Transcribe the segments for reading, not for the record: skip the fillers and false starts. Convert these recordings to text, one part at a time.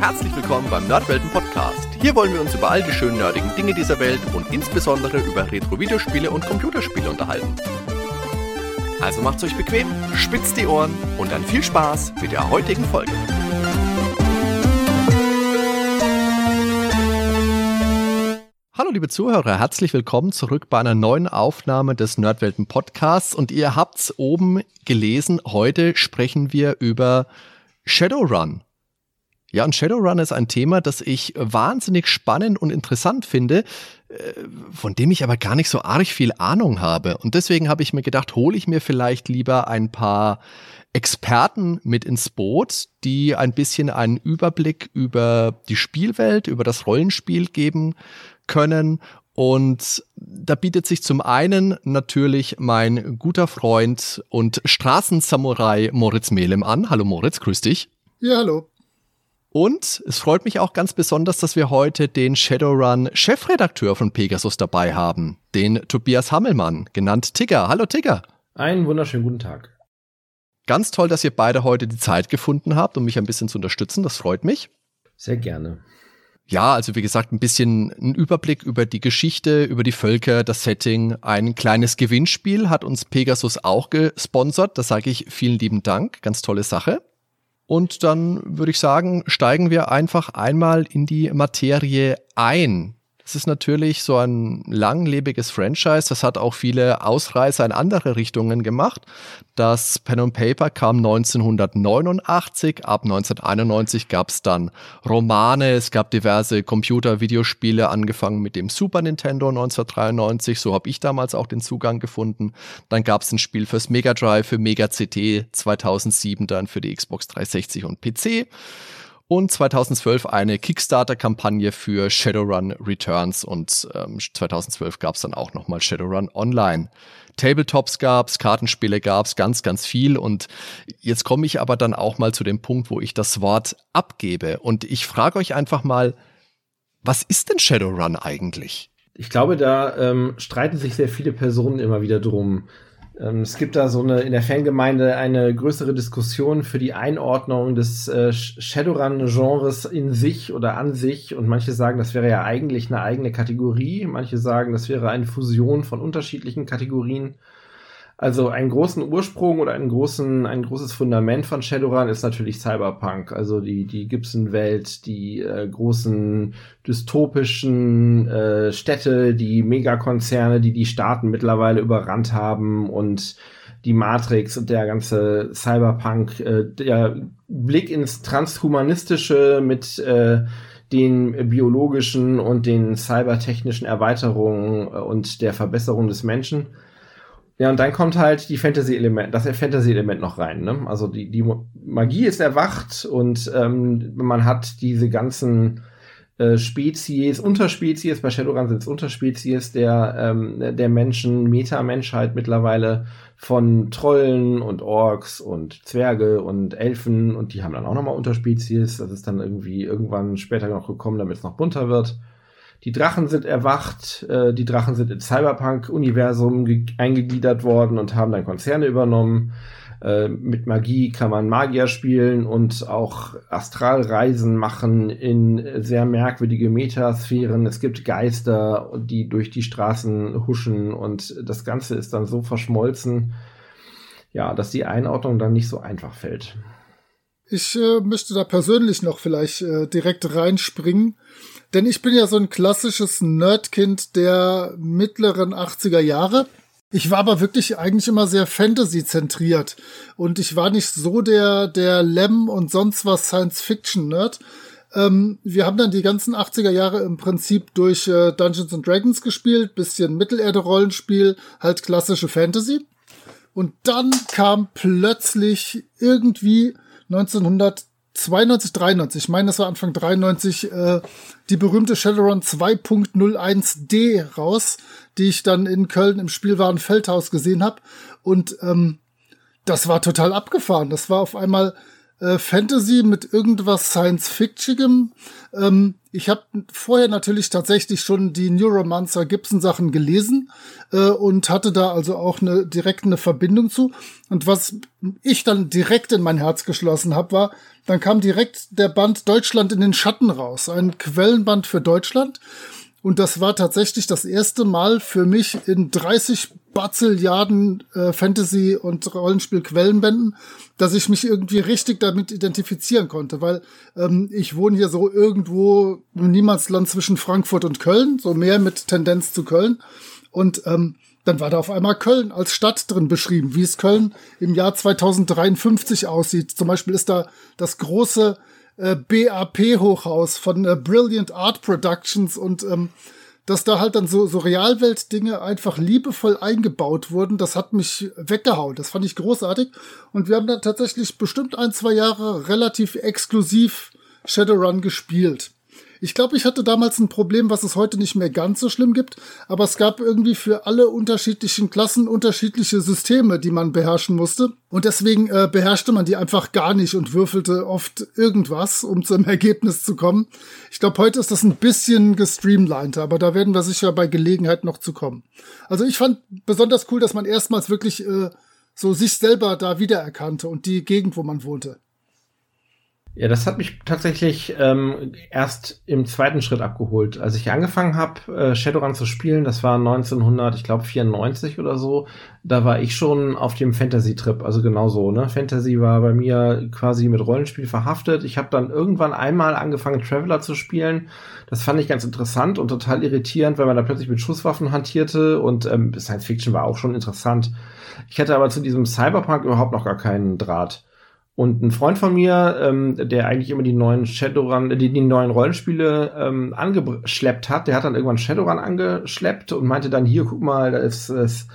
Herzlich willkommen beim Nerdwelten-Podcast. Hier wollen wir uns über all die schönen nerdigen Dinge dieser Welt und insbesondere über Retro-Videospiele und Computerspiele unterhalten. Also macht's euch bequem, spitzt die Ohren und dann viel Spaß mit der heutigen Folge. Hallo liebe Zuhörer, herzlich willkommen zurück bei einer neuen Aufnahme des Nerdwelten-Podcasts und ihr habt's oben gelesen, heute sprechen wir über Shadowrun. Ja, und Shadowrun ist ein Thema, das ich wahnsinnig spannend und interessant finde, von dem ich aber gar nicht so arg viel Ahnung habe. Und deswegen habe ich mir gedacht, hole ich mir vielleicht lieber ein paar Experten mit ins Boot, die ein bisschen einen Überblick über die Spielwelt, über das Rollenspiel geben können. Und da bietet sich zum einen natürlich mein guter Freund und Straßensamurai Moritz Melem an. Hallo Moritz, grüß dich. Ja, hallo. Und es freut mich auch ganz besonders, dass wir heute den Shadowrun-Chefredakteur von Pegasus dabei haben, den Tobias Hammelmann, genannt Tigger. Hallo Tigger. Einen wunderschönen guten Tag. Ganz toll, dass ihr beide heute die Zeit gefunden habt, um mich ein bisschen zu unterstützen. Das freut mich. Sehr gerne. Ja, also wie gesagt, ein bisschen ein Überblick über die Geschichte, über die Völker, das Setting. Ein kleines Gewinnspiel hat uns Pegasus auch gesponsert. Da sage ich vielen lieben Dank. Ganz tolle Sache. Und dann würde ich sagen, steigen wir einfach einmal in die Materie ein. Das ist natürlich so ein langlebiges Franchise, das hat auch viele Ausreißer in andere Richtungen gemacht. Das Pen and Paper kam 1989, ab 1991 gab es dann Romane, es gab diverse Computer-Videospiele, angefangen mit dem Super Nintendo 1993, so habe ich damals auch den Zugang gefunden. Dann gab es ein Spiel fürs Mega Drive, für Mega CD 2007 dann für die Xbox 360 und PC. Und 2012 eine Kickstarter-Kampagne für Shadowrun Returns und 2012 gab es dann auch nochmal Shadowrun Online. Tabletops gab's, Kartenspiele gab's, ganz, ganz viel. Und jetzt komme ich aber dann auch mal zu dem Punkt, wo ich das Wort abgebe. Und ich frage euch einfach mal, was ist denn Shadowrun eigentlich? Ich glaube, da streiten sich sehr viele Personen immer wieder drum. Es gibt da in der Fangemeinde eine größere Diskussion für die Einordnung des Shadowrun-Genres in sich oder an sich. Und manche sagen, das wäre ja eigentlich eine eigene Kategorie. Manche sagen, das wäre eine Fusion von unterschiedlichen Kategorien. Also einen großen Ursprung oder ein großes Fundament von Shadowrun ist natürlich Cyberpunk. Also die Gibson-Welt, die großen dystopischen Städte, die Megakonzerne, die Staaten mittlerweile überrannt haben und die Matrix und der ganze Cyberpunk, der Blick ins Transhumanistische mit den biologischen und den cybertechnischen Erweiterungen und der Verbesserung des Menschen. Ja, und dann kommt halt das Fantasy-Element noch rein, ne? Also die Magie ist erwacht und man hat diese ganzen Spezies, Unterspezies, bei Shadowrun sind es Unterspezies der Menschen, Meta-Menschheit mittlerweile von Trollen und Orks und Zwerge und Elfen und die haben dann auch nochmal Unterspezies. Das ist dann irgendwie irgendwann später noch gekommen, damit es noch bunter wird. Die Drachen sind erwacht, die Drachen sind ins Cyberpunk-Universum eingegliedert worden und haben dann Konzerne übernommen. Mit Magie kann man Magier spielen und auch Astralreisen machen in sehr merkwürdige Metasphären. Es gibt Geister, die durch die Straßen huschen und das Ganze ist dann so verschmolzen, ja, dass die Einordnung dann nicht so einfach fällt. Ich möchte da persönlich noch vielleicht direkt reinspringen. Denn ich bin ja so ein klassisches Nerdkind der mittleren 80er Jahre. Ich war aber wirklich eigentlich immer sehr Fantasy-zentriert. Und ich war nicht so der Lem und sonst was Science-Fiction-Nerd. Wir haben dann die ganzen 80er Jahre im Prinzip durch Dungeons & Dragons gespielt, bisschen Mittelerde-Rollenspiel, halt klassische Fantasy. Und dann kam plötzlich irgendwie 1992, 93, ich meine, das war Anfang 93, die berühmte Shadowrun 2.01D raus, die ich dann in Köln im Spielwaren Feldhaus gesehen habe. Und das war total abgefahren. Das war auf einmal Fantasy mit irgendwas Science-Fictionem. Ich habe vorher natürlich tatsächlich schon die Neuromancer Gibson Sachen gelesen und hatte da also auch direkt eine Verbindung zu. Und was ich dann direkt in mein Herz geschlossen habe, war, dann kam direkt der Band Deutschland in den Schatten raus, ein Quellenband für Deutschland. Und das war tatsächlich das erste Mal für mich in 30 Bazilliarden Fantasy- und Rollenspiel-Quellenbänden, dass ich mich irgendwie richtig damit identifizieren konnte, weil ich wohne hier so irgendwo im Niemandsland zwischen Frankfurt und Köln, so mehr mit Tendenz zu Köln. Und dann war da auf einmal Köln als Stadt drin beschrieben, wie es Köln im Jahr 2053 aussieht. Zum Beispiel ist da das große BAP-Hochhaus von Brilliant Art Productions und dass da halt dann so Realwelt-Dinge einfach liebevoll eingebaut wurden, das hat mich weggehauen. Das fand ich großartig. Und wir haben dann tatsächlich bestimmt 1-2 Jahre relativ exklusiv Shadowrun gespielt. Ich glaube, ich hatte damals ein Problem, was es heute nicht mehr ganz so schlimm gibt, aber es gab irgendwie für alle unterschiedlichen Klassen unterschiedliche Systeme, die man beherrschen musste. Und deswegen beherrschte man die einfach gar nicht und würfelte oft irgendwas, um zum Ergebnis zu kommen. Ich glaube, heute ist das ein bisschen gestreamliner, aber da werden wir sicher bei Gelegenheit noch zu kommen. Also ich fand besonders cool, dass man erstmals wirklich so sich selber da wiedererkannte und die Gegend, wo man wohnte. Ja, das hat mich tatsächlich erst im zweiten Schritt abgeholt. Als ich angefangen habe, Shadowrun zu spielen, das war 1994 oder so, da war ich schon auf dem Fantasy-Trip, also genauso, ne? Fantasy war bei mir quasi mit Rollenspiel verhaftet. Ich habe dann irgendwann einmal angefangen, Traveler zu spielen. Das fand ich ganz interessant und total irritierend, weil man da plötzlich mit Schusswaffen hantierte und Science Fiction war auch schon interessant. Ich hatte aber zu diesem Cyberpunk überhaupt noch gar keinen Draht. Und ein Freund von mir, der eigentlich immer die neuen Shadowrun, die neuen Rollenspiele angeschleppt hat, der hat dann irgendwann Shadowrun angeschleppt und meinte dann, hier, guck mal, da ist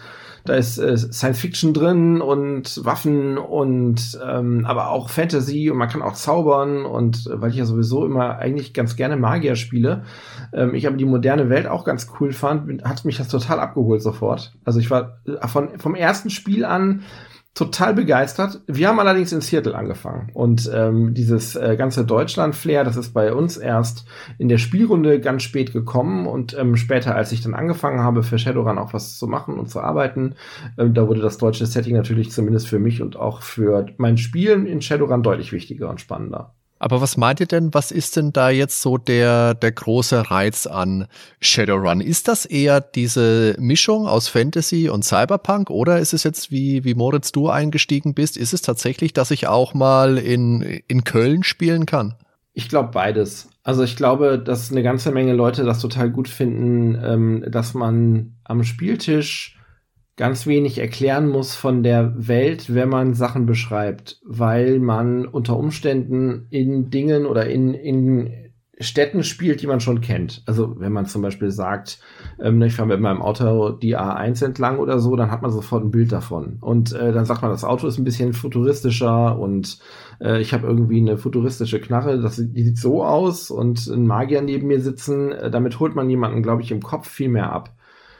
Science Fiction drin und Waffen und aber auch Fantasy und man kann auch zaubern und weil ich ja sowieso immer eigentlich ganz gerne Magier spiele, ich aber die moderne Welt auch ganz cool fand, hat mich das total abgeholt sofort. Also ich war vom ersten Spiel an total begeistert. Wir haben allerdings in Seattle angefangen und dieses ganze Deutschland-Flair, das ist bei uns erst in der Spielrunde ganz spät gekommen und später, als ich dann angefangen habe, für Shadowrun auch was zu machen und zu arbeiten, da wurde das deutsche Setting natürlich zumindest für mich und auch für mein Spielen in Shadowrun deutlich wichtiger und spannender. Aber was meint ihr denn, was ist denn da jetzt so der große Reiz an Shadowrun? Ist das eher diese Mischung aus Fantasy und Cyberpunk oder ist es jetzt, wie Moritz, du eingestiegen bist, ist es tatsächlich, dass ich auch mal in Köln spielen kann? Ich glaube beides. Also ich glaube, dass eine ganze Menge Leute das total gut finden, dass man am Spieltisch ganz wenig erklären muss von der Welt, wenn man Sachen beschreibt, weil man unter Umständen in Dingen oder in Städten spielt, die man schon kennt. Also wenn man zum Beispiel sagt, ich fahre mit meinem Auto die A1 entlang oder so, dann hat man sofort ein Bild davon. Und dann sagt man, das Auto ist ein bisschen futuristischer und ich habe irgendwie eine futuristische Knarre, die sieht so aus und ein Magier neben mir sitzen, damit holt man jemanden, glaube ich, im Kopf viel mehr ab.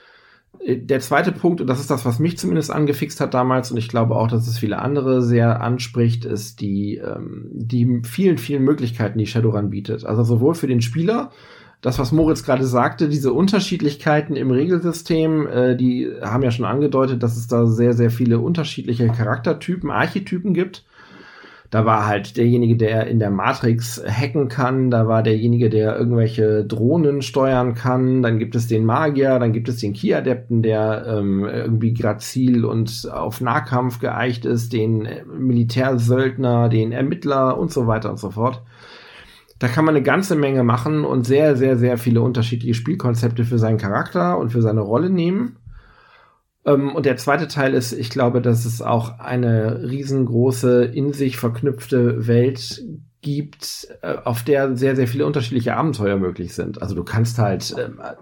Der zweite Punkt, und das ist das, was mich zumindest angefixt hat damals, und ich glaube auch, dass es viele andere sehr anspricht, ist die vielen, vielen Möglichkeiten, die Shadowrun bietet. Also sowohl für den Spieler, das, was Moritz gerade sagte, diese Unterschiedlichkeiten im Regelsystem, die haben ja schon angedeutet, dass es da sehr, sehr viele unterschiedliche Charaktertypen, Archetypen gibt. Da war halt derjenige, der in der Matrix hacken kann, da war derjenige, der irgendwelche Drohnen steuern kann, dann gibt es den Magier, dann gibt es den Ki-Adepten, der irgendwie grazil und auf Nahkampf geeicht ist, den Militärsöldner, den Ermittler und so weiter und so fort. Da kann man eine ganze Menge machen und sehr, sehr, sehr viele unterschiedliche Spielkonzepte für seinen Charakter und für seine Rolle nehmen. Und der zweite Teil ist, ich glaube, dass es auch eine riesengroße, in sich verknüpfte Welt gibt, auf der sehr, sehr viele unterschiedliche Abenteuer möglich sind. Also du kannst halt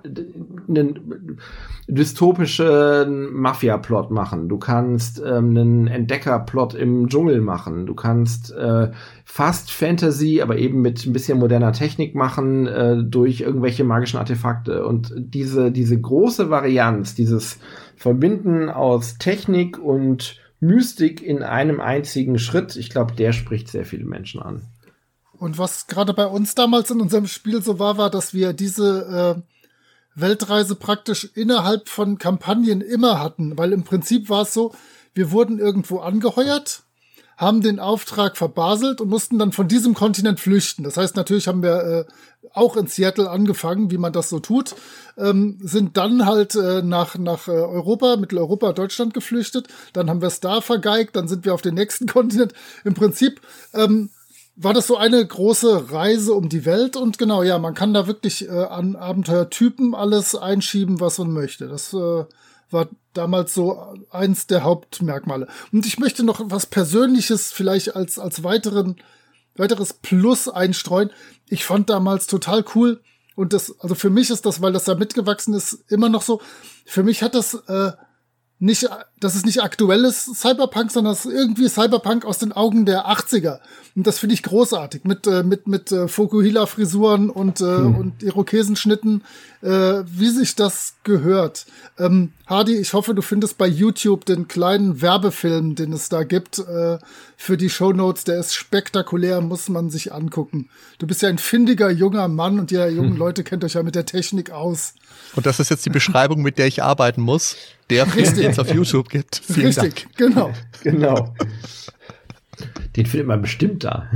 einen dystopischen Mafia-Plot machen. Du kannst einen Entdecker-Plot im Dschungel machen. Du kannst fast Fantasy, aber eben mit ein bisschen moderner Technik machen, durch irgendwelche magischen Artefakte. Und diese große Varianz, dieses Verbinden aus Technik und Mystik in einem einzigen Schritt, ich glaube, der spricht sehr viele Menschen an. Und was gerade bei uns damals in unserem Spiel so war, dass wir diese Weltreise praktisch innerhalb von Kampagnen immer hatten. Weil im Prinzip war es so, wir wurden irgendwo angeheuert, haben den Auftrag verbaselt und mussten dann von diesem Kontinent flüchten. Das heißt, natürlich haben wir auch in Seattle angefangen, wie man das so tut, sind dann halt nach Europa, Mitteleuropa, Deutschland geflüchtet. Dann haben wir es da vergeigt, dann sind wir auf den nächsten Kontinent. Im Prinzip war das so eine große Reise um die Welt und genau, ja, man kann da wirklich an Abenteuertypen alles einschieben, was man möchte. Das war damals so eins der Hauptmerkmale. Und ich möchte noch was Persönliches vielleicht als weiteres Plus einstreuen. Ich fand damals total cool und also für mich ist das, weil das da mitgewachsen ist, immer noch so. Für mich hat das das ist nicht aktuelles Cyberpunk, sondern das ist irgendwie Cyberpunk aus den Augen der 80er. Und das finde ich großartig. Mit Fukuhila-Frisuren und Irokesenschnitten, wie sich das gehört. Hardy, ich hoffe, du findest bei YouTube den kleinen Werbefilm, den es da gibt, für die Shownotes. Der ist spektakulär, muss man sich angucken. Du bist ja ein findiger junger Mann und ihr jungen Leute kennt euch ja mit der Technik aus. Und das ist jetzt die Beschreibung, mit der ich arbeiten muss. Der Film, den es auf YouTube gibt. Vielen Richtig, Dank. Genau. Den findet man bestimmt da.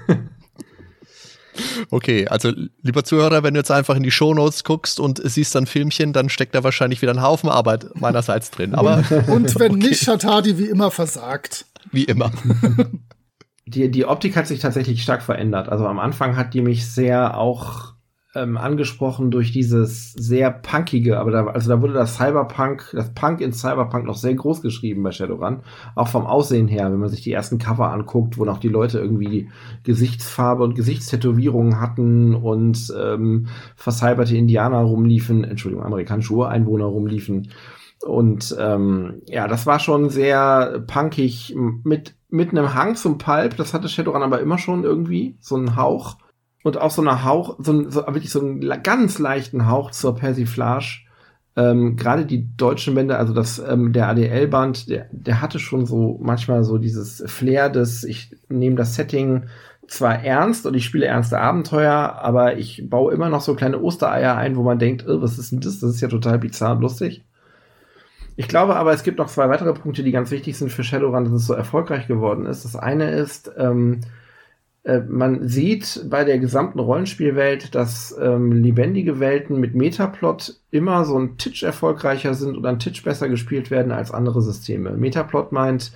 Okay, also lieber Zuhörer, wenn du jetzt einfach in die Shownotes guckst und siehst dann Filmchen, dann steckt da wahrscheinlich wieder ein Haufen Arbeit meinerseits drin. Aber und wenn nicht, hat Hardy wie immer versagt. Wie immer. Die Optik hat sich tatsächlich stark verändert. Also am Anfang hat die mich sehr auch angesprochen durch dieses sehr punkige, aber da wurde das Punk in Cyberpunk noch sehr groß geschrieben bei Shadowrun. Auch vom Aussehen her, wenn man sich die ersten Cover anguckt, wo noch die Leute irgendwie Gesichtsfarbe und Gesichtstätowierungen hatten und vercyberte Indianer rumliefen, amerikanische Ureinwohner rumliefen. Und das war schon sehr punkig mit einem Hang zum Pulp. Das hatte Shadowrun aber immer schon irgendwie, so einen Hauch. Und auch so einen ganz leichten Hauch zur Persiflage. Gerade die deutschen Bände, also der ADL-Band, der hatte schon so manchmal so dieses Flair ich nehme das Setting zwar ernst und ich spiele ernste Abenteuer, aber ich baue immer noch so kleine Ostereier ein, wo man denkt, was ist denn das? Das ist ja total bizarr und lustig. Ich glaube aber, es gibt noch 2 weitere Punkte, die ganz wichtig sind für Shadowrun, dass es so erfolgreich geworden ist. Das eine ist, man sieht bei der gesamten Rollenspielwelt, dass lebendige Welten mit Metaplot immer so ein Titch erfolgreicher sind oder ein Titch besser gespielt werden als andere Systeme. Metaplot meint,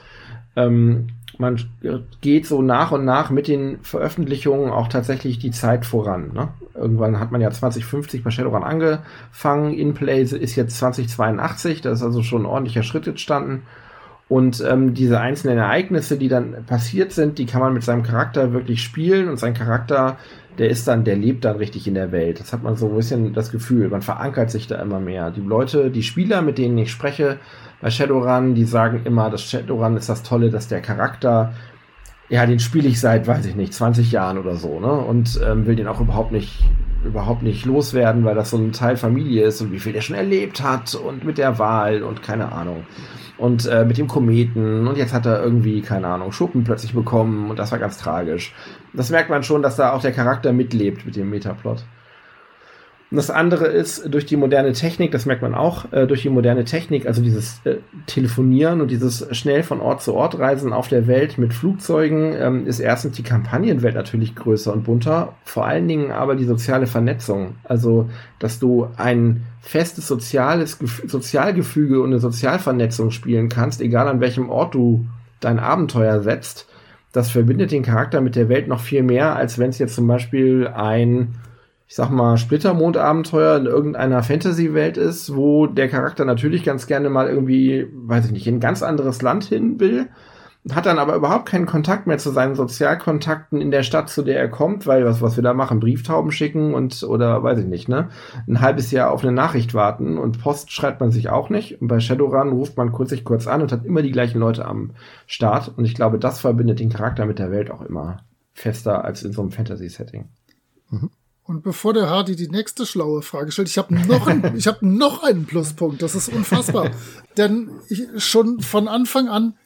man geht so nach und nach mit den Veröffentlichungen auch tatsächlich die Zeit voran. Ne? Irgendwann hat man ja 2050 bei Shadowrun angefangen, In-Play ist jetzt 2082, da ist also schon ein ordentlicher Schritt entstanden. Und diese einzelnen Ereignisse, die dann passiert sind, die kann man mit seinem Charakter wirklich spielen und sein Charakter, der lebt dann richtig in der Welt. Das hat man so ein bisschen das Gefühl, man verankert sich da immer mehr. Die Spieler, mit denen ich spreche bei Shadowrun, die sagen immer, das Shadowrun ist das Tolle, dass der Charakter, ja, den spiele ich seit, 20 Jahren oder so, ne? Und will den auch überhaupt nicht loswerden, weil das so ein Teil Familie ist und wie viel der schon erlebt hat und mit der Wahl und keine Ahnung. Und mit dem Kometen und jetzt hat er irgendwie, keine Ahnung, Schuppen plötzlich bekommen und das war ganz tragisch. Das merkt man schon, dass da auch der Charakter mitlebt mit dem Metaplot. Und das andere ist, durch die moderne Technik, das merkt man auch, durch die moderne Technik, also dieses Telefonieren und dieses schnell von Ort zu Ort Reisen auf der Welt mit Flugzeugen, ist erstens die Kampagnenwelt natürlich größer und bunter, vor allen Dingen aber die soziale Vernetzung. Also, dass du ein festes Sozialgefüge und eine Sozialvernetzung spielen kannst, egal an welchem Ort du dein Abenteuer setzt, das verbindet den Charakter mit der Welt noch viel mehr, als wenn es jetzt zum Beispiel ein Splittermond-Abenteuer in irgendeiner Fantasy-Welt ist, wo der Charakter natürlich ganz gerne mal irgendwie, in ein ganz anderes Land hin will, hat dann aber überhaupt keinen Kontakt mehr zu seinen Sozialkontakten in der Stadt, zu der er kommt, weil was wir da machen, Brieftauben schicken oder ein halbes Jahr auf eine Nachricht warten und Post schreibt man sich auch nicht. Und bei Shadowrun ruft man sich kurz an und hat immer die gleichen Leute am Start. Und ich glaube, das verbindet den Charakter mit der Welt auch immer fester als in so einem Fantasy-Setting. Mhm. Und bevor der Hardy die nächste schlaue Frage stellt, ich habe noch einen Pluspunkt. Das ist unfassbar. Denn schon von Anfang an,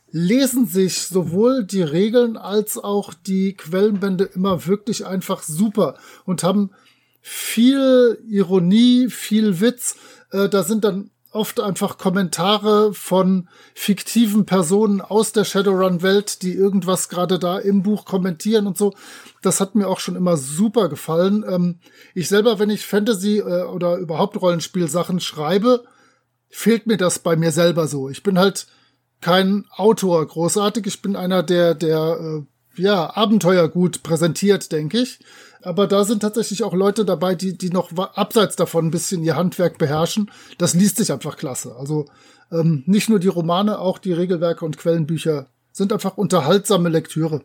lesen sich sowohl die Regeln als auch die Quellenbände immer wirklich einfach super und haben viel Ironie, viel Witz. Da sind dann oft einfach Kommentare von fiktiven Personen aus der Shadowrun-Welt, die irgendwas gerade da im Buch kommentieren und so. Das hat mir auch schon immer super gefallen. Ich selber, wenn ich Fantasy oder überhaupt Rollenspielsachen schreibe, fehlt mir das bei mir selber so. Ich bin halt kein Autor großartig. Ich bin einer, der Abenteuer gut präsentiert, denke ich. Aber da sind tatsächlich auch Leute dabei, die noch abseits davon ein bisschen ihr Handwerk beherrschen. Das liest sich einfach klasse. Also nicht nur die Romane, auch die Regelwerke und Quellenbücher sind einfach unterhaltsame Lektüre.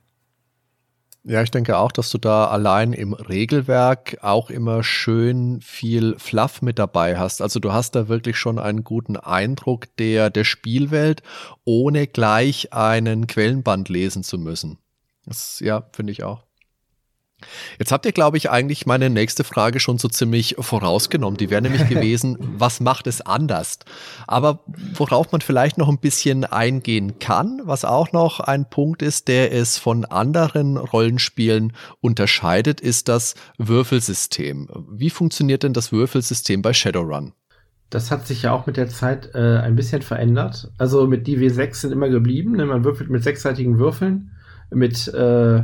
Ja, ich denke auch, dass du da allein im Regelwerk auch immer schön viel Fluff mit dabei hast. Also du hast da wirklich schon einen guten Eindruck der Spielwelt, ohne gleich einen Quellenband lesen zu müssen. Das, ja, finde ich auch. Jetzt habt ihr, glaube ich, eigentlich meine nächste Frage schon so ziemlich vorausgenommen. Die wäre nämlich gewesen, was macht es anders? Aber worauf man vielleicht noch ein bisschen eingehen kann, was auch noch ein Punkt ist, der es von anderen Rollenspielen unterscheidet, ist das Würfelsystem. Wie funktioniert denn das Würfelsystem bei Shadowrun? Das hat sich ja auch mit der Zeit ein bisschen verändert. Also mit die W6 sind immer geblieben. Ne? Man würfelt mit sechsseitigen Würfeln, mit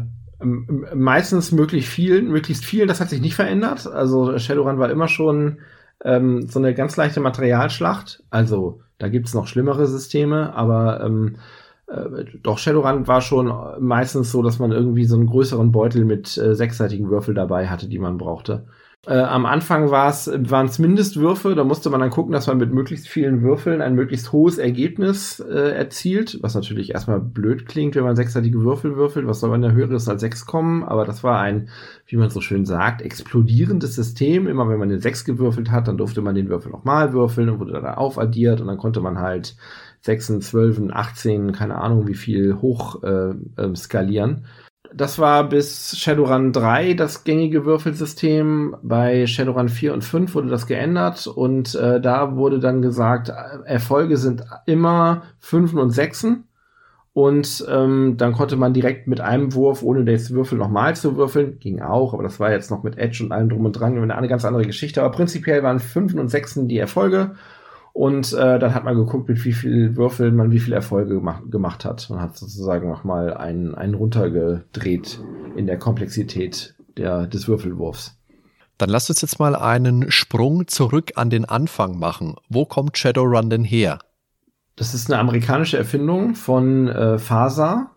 meistens möglichst vielen, das hat sich nicht verändert. Also Shadowrun war immer schon so eine ganz leichte Materialschlacht. Also da gibt's noch schlimmere Systeme, aber doch Shadowrun war schon meistens so, dass man irgendwie so einen größeren Beutel mit sechsseitigen Würfel dabei hatte, die man brauchte. Am Anfang waren es Mindestwürfe, da musste man dann gucken, dass man mit möglichst vielen Würfeln ein möglichst hohes Ergebnis erzielt, was natürlich erstmal blöd klingt, wenn man sechsseitige Würfel würfelt, was soll man da höheres als 6 kommen, aber das war ein, wie man so schön sagt, explodierendes System. Immer wenn man den 6 gewürfelt hat, dann durfte man den Würfel nochmal würfeln und wurde dann aufaddiert und dann konnte man halt 6, 12, 18, keine Ahnung wie viel hoch skalieren. Das war bis Shadowrun 3 das gängige Würfelsystem. Bei Shadowrun 4 und 5 wurde das geändert und da wurde dann gesagt, Erfolge sind immer 5 und 6. Und dann konnte man direkt mit einem Wurf, ohne den Würfel nochmal zu würfeln, ging auch, aber das war jetzt noch mit Edge und allem drum und dran, eine ganz andere Geschichte. Aber prinzipiell waren 5 und 6 die Erfolge. Und dann hat man geguckt, mit wie viel Würfeln man wie viele Erfolge gemacht hat. Man hat sozusagen nochmal einen runtergedreht in der Komplexität des Würfelwurfs. Dann lasst uns jetzt mal einen Sprung zurück an den Anfang machen. Wo kommt Shadowrun denn her? Das ist eine amerikanische Erfindung von Fasa,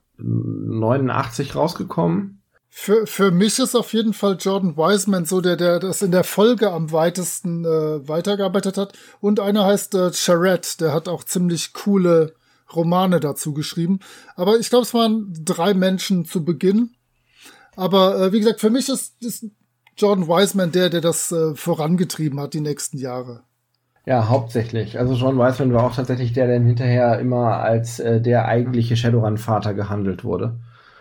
89 rausgekommen. Für mich ist auf jeden Fall Jordan Wiseman so, der das in der Folge am weitesten weitergearbeitet hat. Und einer heißt Charette, der hat auch ziemlich coole Romane dazu geschrieben. Aber ich glaube, es waren 3 Menschen zu Beginn. Aber wie gesagt, für mich ist Jordan Wiseman der das vorangetrieben hat die nächsten Jahre. Ja, hauptsächlich. Also John Wiseman war auch tatsächlich der hinterher immer als der eigentliche Shadowrun-Vater gehandelt wurde.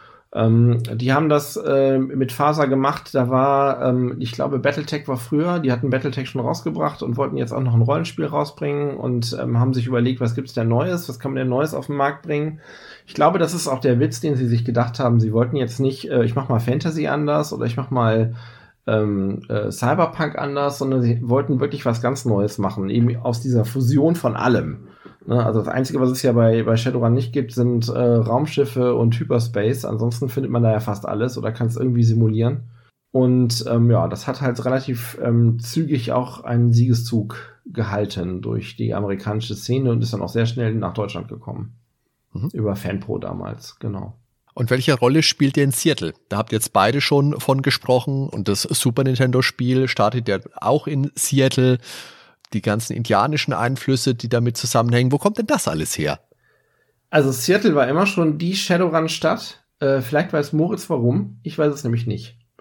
Die haben das mit Fasa gemacht, da war, ich glaube, Battletech war früher, die hatten Battletech schon rausgebracht und wollten jetzt auch noch ein Rollenspiel rausbringen und haben sich überlegt, was gibt's denn Neues, was kann man denn Neues auf den Markt bringen. Ich glaube, das ist auch der Witz, den sie sich gedacht haben. Sie wollten jetzt nicht, ich mach mal Fantasy anders oder ich mach mal Cyberpunk anders, sondern sie wollten wirklich was ganz Neues machen, eben aus dieser Fusion von allem. Also das Einzige, was es ja bei Shadowrun nicht gibt, sind Raumschiffe und Hyperspace. Ansonsten findet man da ja fast alles oder kann es irgendwie simulieren. Und das hat halt relativ zügig auch einen Siegeszug gehalten durch die amerikanische Szene und ist dann auch sehr schnell nach Deutschland gekommen. Über FanPro damals, genau. Und welche Rolle spielt ihr in Seattle? Da habt ihr jetzt beide schon von gesprochen und das Super Nintendo-Spiel startet ja auch in Seattle. Die ganzen indianischen Einflüsse, die damit zusammenhängen. Wo kommt denn das alles her? Also Seattle war immer schon die Shadowrun-Stadt. Vielleicht weiß Moritz warum. Ich weiß es nämlich nicht.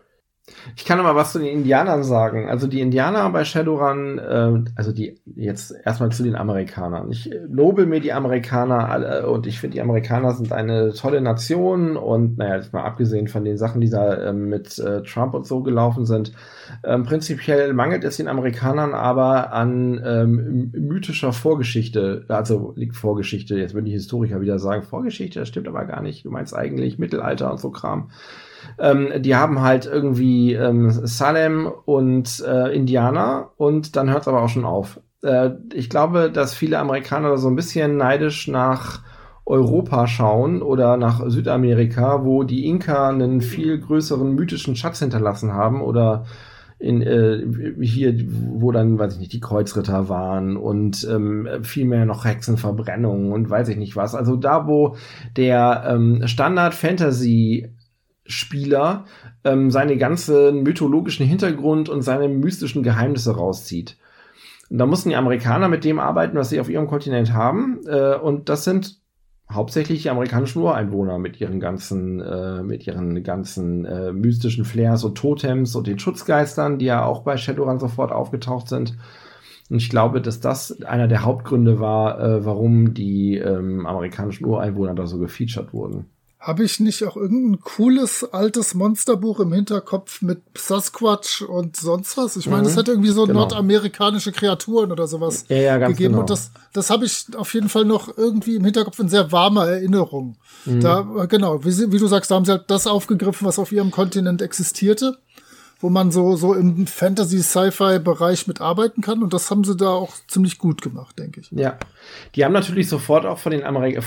Ich kann noch mal was zu den Indianern sagen. Also die Indianer bei Shadowrun, also die jetzt erstmal zu den Amerikanern. Ich lobe mir die Amerikaner alle und ich finde, die Amerikaner sind eine tolle Nation und naja, jetzt mal abgesehen von den Sachen, die da mit Trump und so gelaufen sind. Prinzipiell mangelt es den Amerikanern aber an mythischer Vorgeschichte. Also liegt Vorgeschichte, jetzt würden die Historiker wieder sagen, Vorgeschichte, das stimmt aber gar nicht. Du meinst eigentlich Mittelalter und so Kram. Die haben halt irgendwie Salem und Indianer und dann hört es aber auch schon auf. Ich glaube, dass viele Amerikaner so ein bisschen neidisch nach Europa schauen oder nach Südamerika, wo die Inka einen viel größeren mythischen Schatz hinterlassen haben oder hier, wo dann, weiß ich nicht, die Kreuzritter waren und viel mehr noch Hexenverbrennungen und weiß ich nicht was. Also da, wo der Standard-Fantasy Spieler seine ganzen mythologischen Hintergrund und seine mystischen Geheimnisse rauszieht. Und da mussten die Amerikaner mit dem arbeiten, was sie auf ihrem Kontinent haben. Und das sind hauptsächlich die amerikanischen Ureinwohner mit ihren ganzen mystischen Flairs und Totems und den Schutzgeistern, die ja auch bei Shadowrun sofort aufgetaucht sind. Und ich glaube, dass das einer der Hauptgründe war, warum die amerikanischen Ureinwohner da so gefeatured wurden. Habe ich nicht auch irgendein cooles, altes Monsterbuch im Hinterkopf mit Sasquatch und sonst was? Ich meine, es hat irgendwie so nordamerikanische Kreaturen oder sowas ganz gegeben. Genau. Und das habe ich auf jeden Fall noch irgendwie im Hinterkopf in sehr warmer Erinnerung. Da, genau, wie du sagst, da haben sie halt das aufgegriffen, was auf ihrem Kontinent existierte, wo man so im Fantasy-Sci-Fi-Bereich mitarbeiten kann. Und das haben sie da auch ziemlich gut gemacht, denke ich. Ja, die haben natürlich sofort auch von den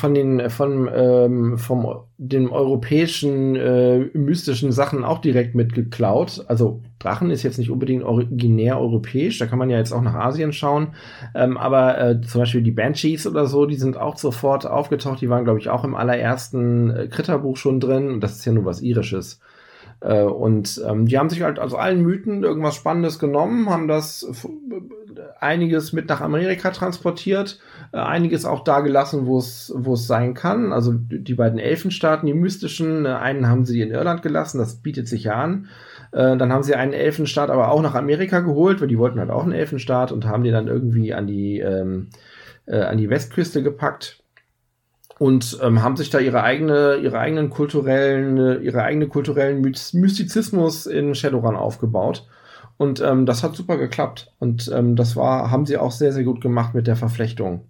europäischen mystischen Sachen auch direkt mitgeklaut. Also Drachen ist jetzt nicht unbedingt originär europäisch, da kann man ja jetzt auch nach Asien schauen. Aber zum Beispiel die Banshees oder so, die sind auch sofort aufgetaucht. Die waren, glaube ich, auch im allerersten Kritterbuch schon drin. Und das ist ja nur was Irisches. Und die haben sich halt also allen Mythen irgendwas Spannendes genommen, haben das einiges mit nach Amerika transportiert, einiges auch da gelassen, wo es sein kann. Also die beiden Elfenstaaten, die mystischen, einen haben sie in Irland gelassen, das bietet sich ja an. Dann haben sie einen Elfenstaat aber auch nach Amerika geholt, weil die wollten halt auch einen Elfenstaat und haben die dann irgendwie an die Westküste gepackt. Und haben sich da ihre eigenen kulturellen Mystizismus in Shadowrun aufgebaut. Und das hat super geklappt. Und haben sie auch sehr, sehr gut gemacht mit der Verflechtung.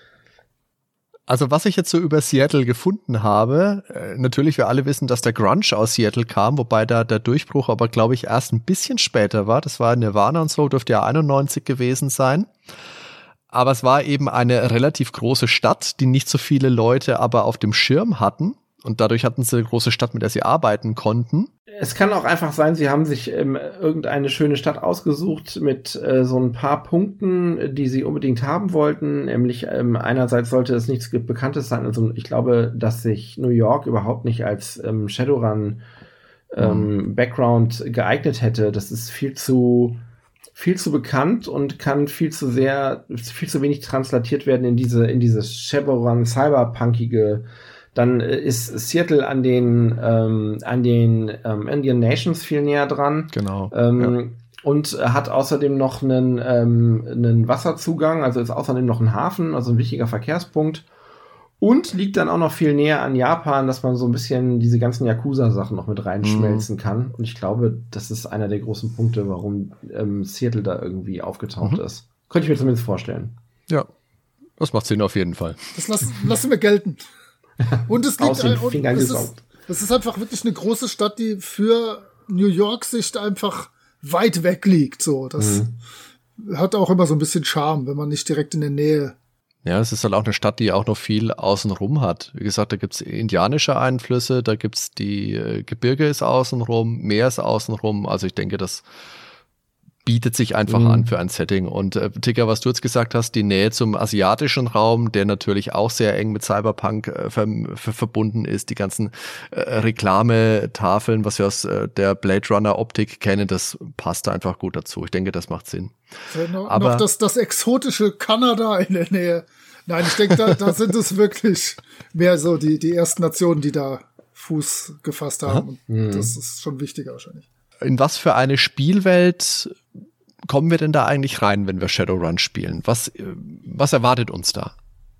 Also was ich jetzt so über Seattle gefunden habe, natürlich wir alle wissen, dass der Grunge aus Seattle kam, wobei da der Durchbruch aber, glaube ich, erst ein bisschen später war. Das war Nirvana und so, dürfte ja 91 gewesen sein. Aber es war eben eine relativ große Stadt, die nicht so viele Leute aber auf dem Schirm hatten. Und dadurch hatten sie eine große Stadt, mit der sie arbeiten konnten. Es kann auch einfach sein, sie haben sich irgendeine schöne Stadt ausgesucht mit so ein paar Punkten, die sie unbedingt haben wollten. Nämlich einerseits sollte es nichts Bekanntes sein. Also ich glaube, dass sich New York überhaupt nicht als Shadowrun Background geeignet hätte. Das ist viel zu bekannt und kann viel zu wenig translatiert werden in dieses Shadowrun Cyberpunkige. Dann ist Seattle an den Indian Nations viel näher dran. Genau. Und hat außerdem noch einen Wasserzugang, also ist außerdem noch ein Hafen, also ein wichtiger Verkehrspunkt. Und liegt dann auch noch viel näher an Japan, dass man so ein bisschen diese ganzen Yakuza-Sachen noch mit reinschmelzen kann. Und ich glaube, das ist einer der großen Punkte, warum Seattle da irgendwie aufgetaucht ist. Könnte ich mir zumindest vorstellen. Ja, das macht Sinn auf jeden Fall. Das lassen wir gelten. Und es liegt es ist einfach wirklich eine große Stadt, die für New York Sicht einfach weit weg liegt. So, das hat auch immer so ein bisschen Charme, wenn man nicht direkt in der Nähe. Ja, es ist halt auch eine Stadt, die auch noch viel außenrum hat. Wie gesagt, da gibt's indianische Einflüsse, da gibt's die Gebirge ist außenrum, Meer ist außenrum. Also ich denke, das bietet sich einfach an für ein Setting. Und Tigger, was du jetzt gesagt hast, die Nähe zum asiatischen Raum, der natürlich auch sehr eng mit Cyberpunk verbunden ist, die ganzen Reklametafeln, was wir aus der Blade Runner Optik kennen, das passt da einfach gut dazu. Ich denke, das macht Sinn. Aber noch das exotische Kanada in der Nähe. Nein, ich denke, da sind es wirklich mehr so die ersten Nationen, die da Fuß gefasst haben. Und das ist schon wichtiger wahrscheinlich. in was für eine Spielwelt kommen wir denn da eigentlich rein, wenn wir Shadowrun spielen? Was erwartet uns da?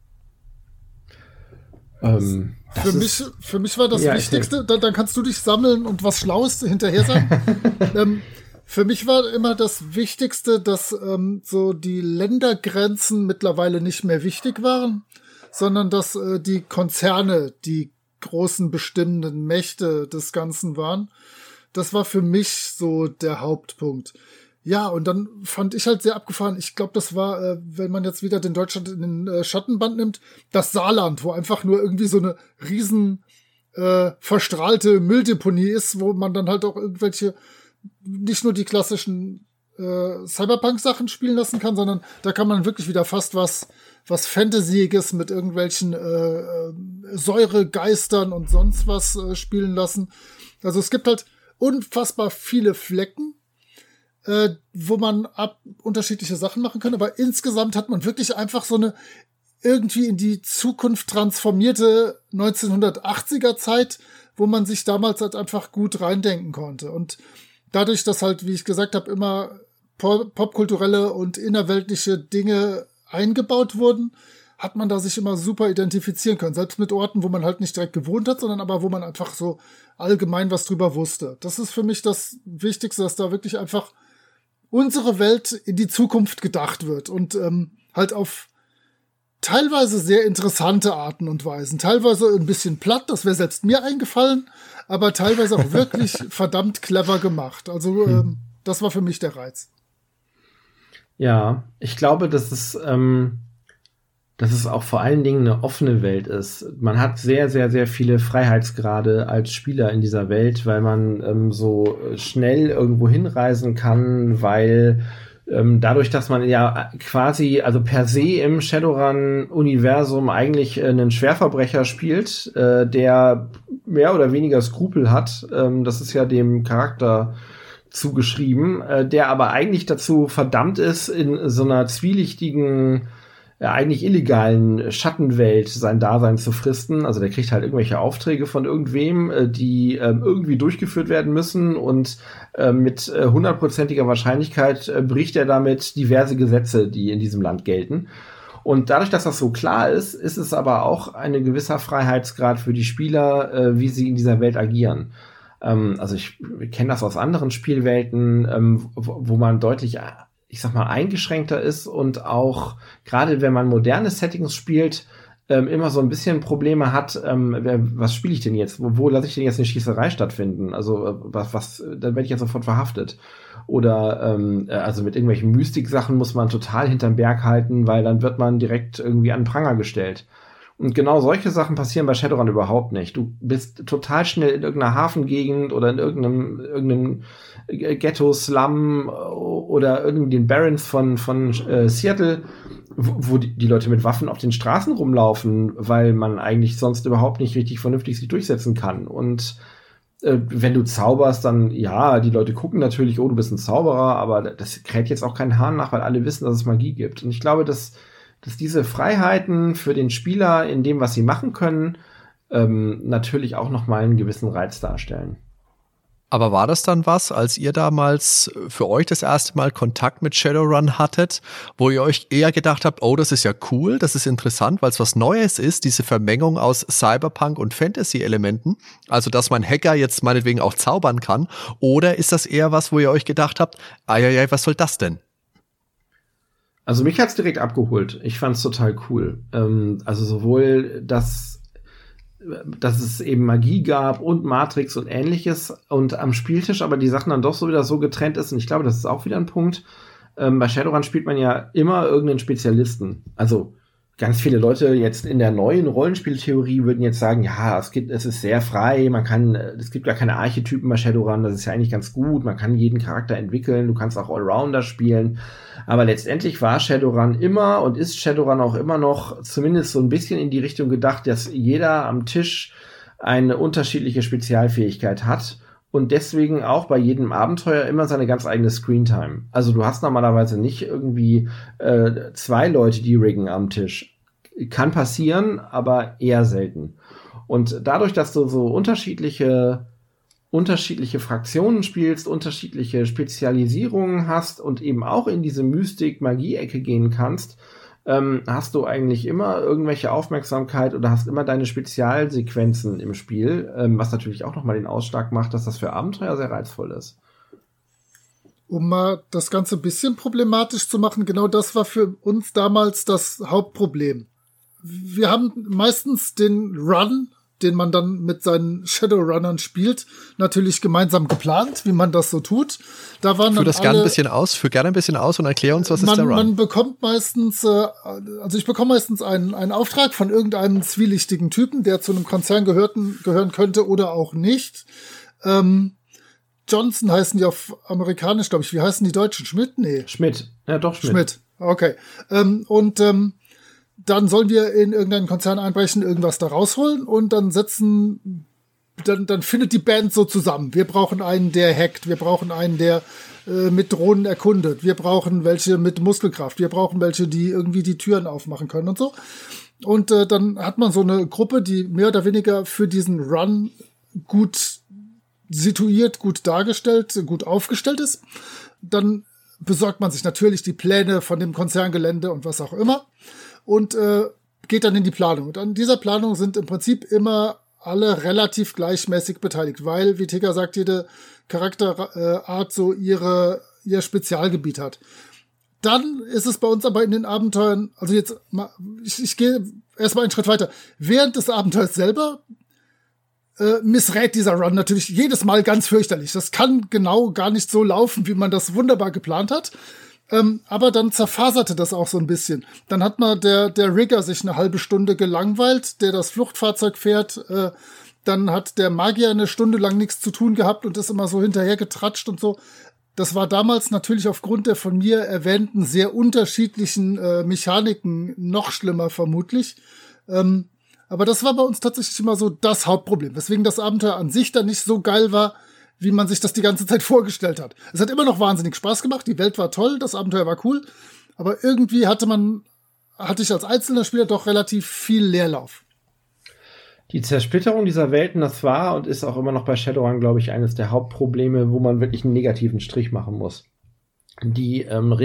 Für mich war das Wichtigste, dann kannst du dich sammeln und was Schlaues hinterher sagen. Für mich war immer das Wichtigste, dass so die Ländergrenzen mittlerweile nicht mehr wichtig waren, sondern dass die Konzerne die großen bestimmenden Mächte des Ganzen waren. Das war für mich so der Hauptpunkt. Ja, und dann fand ich halt sehr abgefahren. Ich glaube, das war, wenn man jetzt wieder den Deutschland in den Schattenband nimmt, das Saarland, wo einfach nur irgendwie so eine riesen verstrahlte Mülldeponie ist, wo man dann halt auch irgendwelche, nicht nur die klassischen Cyberpunk-Sachen spielen lassen kann, sondern da kann man wirklich wieder fast was Fantasyiges mit irgendwelchen Säuregeistern und sonst was spielen lassen. Also es gibt halt unfassbar viele Flecken, wo man unterschiedliche Sachen machen kann, aber insgesamt hat man wirklich einfach so eine irgendwie in die Zukunft transformierte 1980er Zeit, wo man sich damals halt einfach gut reindenken konnte. Und dadurch, dass halt, wie ich gesagt habe, immer popkulturelle und innerweltliche Dinge eingebaut wurden, hat man da sich immer super identifizieren können. Selbst mit Orten, wo man halt nicht direkt gewohnt hat, sondern aber wo man einfach so allgemein was drüber wusste. Das ist für mich das Wichtigste, dass da wirklich einfach unsere Welt in die Zukunft gedacht wird und halt auf teilweise sehr interessante Arten und Weisen. Teilweise ein bisschen platt, das wäre selbst mir eingefallen, aber teilweise auch wirklich verdammt clever gemacht. Also das war für mich der Reiz. Ja, ich glaube, dass es auch vor allen Dingen eine offene Welt ist. Man hat sehr, sehr, sehr viele Freiheitsgrade als Spieler in dieser Welt, weil man so schnell irgendwo hinreisen kann, weil dadurch, dass man ja quasi, also per se im Shadowrun-Universum eigentlich einen Schwerverbrecher spielt, der mehr oder weniger Skrupel hat, das ist ja dem Charakter zugeschrieben, der aber eigentlich dazu verdammt ist, in so einer zwielichtigen, eigentlich illegalen Schattenwelt sein Dasein zu fristen. Also der kriegt halt irgendwelche Aufträge von irgendwem, die irgendwie durchgeführt werden müssen und mit 100%iger Wahrscheinlichkeit bricht er damit diverse Gesetze, die in diesem Land gelten. Und dadurch, dass das so klar ist, ist es aber auch ein gewisser Freiheitsgrad für die Spieler, wie sie in dieser Welt agieren. Also ich kenne das aus anderen Spielwelten, wo man deutlich, ich sag mal, eingeschränkter ist und auch gerade wenn man moderne Settings spielt, immer so ein bisschen Probleme hat, was spiele ich denn jetzt? Wo lasse ich denn jetzt eine Schießerei stattfinden? Also dann werde ich ja sofort verhaftet. Oder also mit irgendwelchen Mystik-Sachen muss man total hinterm Berg halten, weil dann wird man direkt irgendwie an den Pranger gestellt. Und genau solche Sachen passieren bei Shadowrun überhaupt nicht. Du bist total schnell in irgendeiner Hafengegend oder in irgendeinem Ghetto-Slum oder irgendwie den Barrens von Seattle, wo die Leute mit Waffen auf den Straßen rumlaufen, weil man eigentlich sonst überhaupt nicht richtig vernünftig sich durchsetzen kann. Und wenn du zauberst, dann, ja, die Leute gucken natürlich, oh, du bist ein Zauberer, aber das kräht jetzt auch keinen Hahn nach, weil alle wissen, dass es Magie gibt. Und ich glaube, dass diese Freiheiten für den Spieler in dem, was sie machen können, natürlich auch noch mal einen gewissen Reiz darstellen. Aber war das dann was, als ihr damals für euch das erste Mal Kontakt mit Shadowrun hattet, wo ihr euch eher gedacht habt, oh, das ist ja cool, das ist interessant, weil es was Neues ist, diese Vermengung aus Cyberpunk und Fantasy-Elementen, also dass mein Hacker jetzt meinetwegen auch zaubern kann, oder ist das eher was, wo ihr euch gedacht habt, was soll das denn? Also mich hat's direkt abgeholt. Ich fand's total cool. Also sowohl, dass es eben Magie gab und Matrix und Ähnliches und am Spieltisch aber die Sachen dann doch so wieder so getrennt ist. Und ich glaube, das ist auch wieder ein Punkt. Bei Shadowrun spielt man ja immer irgendeinen Spezialisten. Also ganz viele Leute jetzt in der neuen Rollenspieltheorie würden jetzt sagen, ja, es ist sehr frei, es gibt gar keine Archetypen bei Shadowrun, das ist ja eigentlich ganz gut, man kann jeden Charakter entwickeln, du kannst auch Allrounder spielen, aber letztendlich war Shadowrun immer und ist Shadowrun auch immer noch zumindest so ein bisschen in die Richtung gedacht, dass jeder am Tisch eine unterschiedliche Spezialfähigkeit hat und deswegen auch bei jedem Abenteuer immer seine ganz eigene Screentime. Also du hast normalerweise nicht irgendwie 2 Leute, die riggen am Tisch. Kann passieren, aber eher selten. Und dadurch, dass du so unterschiedliche unterschiedliche Fraktionen spielst, unterschiedliche Spezialisierungen hast und eben auch in diese Mystik-Magie-Ecke gehen kannst, hast du eigentlich immer irgendwelche Aufmerksamkeit oder hast immer deine Spezialsequenzen im Spiel, was natürlich auch nochmal den Ausschlag macht, dass das für Abenteuer sehr reizvoll ist. Um mal das Ganze ein bisschen problematisch zu machen, genau das war für uns damals das Hauptproblem. Wir haben meistens den Run, den man dann mit seinen Shadowrunnern spielt, natürlich gemeinsam geplant, wie man das so tut. Da waren Führ das gerne ein bisschen aus, und erklär uns, was ist der Run. Man bekommt meistens, ich bekomme meistens einen Auftrag von irgendeinem zwielichtigen Typen, der zu einem Konzern gehören könnte oder auch nicht. Johnson heißen die auf amerikanisch, glaube ich. Wie heißen die Deutschen? Schmidt? Nee. Schmidt. Ja, doch, Schmidt. Schmidt. Okay. Dann sollen wir in irgendeinen Konzern einbrechen, irgendwas da rausholen und dann dann findet die Band so zusammen. Wir brauchen einen, der hackt. Wir brauchen einen, der mit Drohnen erkundet. Wir brauchen welche mit Muskelkraft. Wir brauchen welche, die irgendwie die Türen aufmachen können und so. Und dann hat man so eine Gruppe, die mehr oder weniger für diesen Run gut situiert, gut dargestellt, gut aufgestellt ist. Dann besorgt man sich natürlich die Pläne von dem Konzerngelände und was auch immer. Und geht dann in die Planung. Und an dieser Planung sind im Prinzip immer alle relativ gleichmäßig beteiligt, weil, wie Tigger sagt, jede Charakterart so ihr Spezialgebiet hat. Dann ist es bei uns aber in den Abenteuern, also jetzt mal, ich gehe erstmal einen Schritt weiter. Während des Abenteuers selber missrät dieser Run natürlich jedes Mal ganz fürchterlich. Das kann genau gar nicht so laufen, wie man das wunderbar geplant hat. Aber dann zerfaserte das auch so ein bisschen. Dann hat mal der Rigger sich eine halbe Stunde gelangweilt, der das Fluchtfahrzeug fährt. Dann hat der Magier eine Stunde lang nichts zu tun gehabt und ist immer so hinterher getratscht und so. Das war damals natürlich aufgrund der von mir erwähnten sehr unterschiedlichen Mechaniken noch schlimmer vermutlich. Aber das war bei uns tatsächlich immer so das Hauptproblem, weswegen das Abenteuer an sich dann nicht so geil war, wie man sich das die ganze Zeit vorgestellt hat. Es hat immer noch wahnsinnig Spaß gemacht, die Welt war toll, das Abenteuer war cool, aber irgendwie hatte ich als einzelner Spieler doch relativ viel Leerlauf. Die Zersplitterung dieser Welten, das war und ist auch immer noch bei Shadowrun, glaube ich, eines der Hauptprobleme, wo man wirklich einen negativen Strich machen muss. Die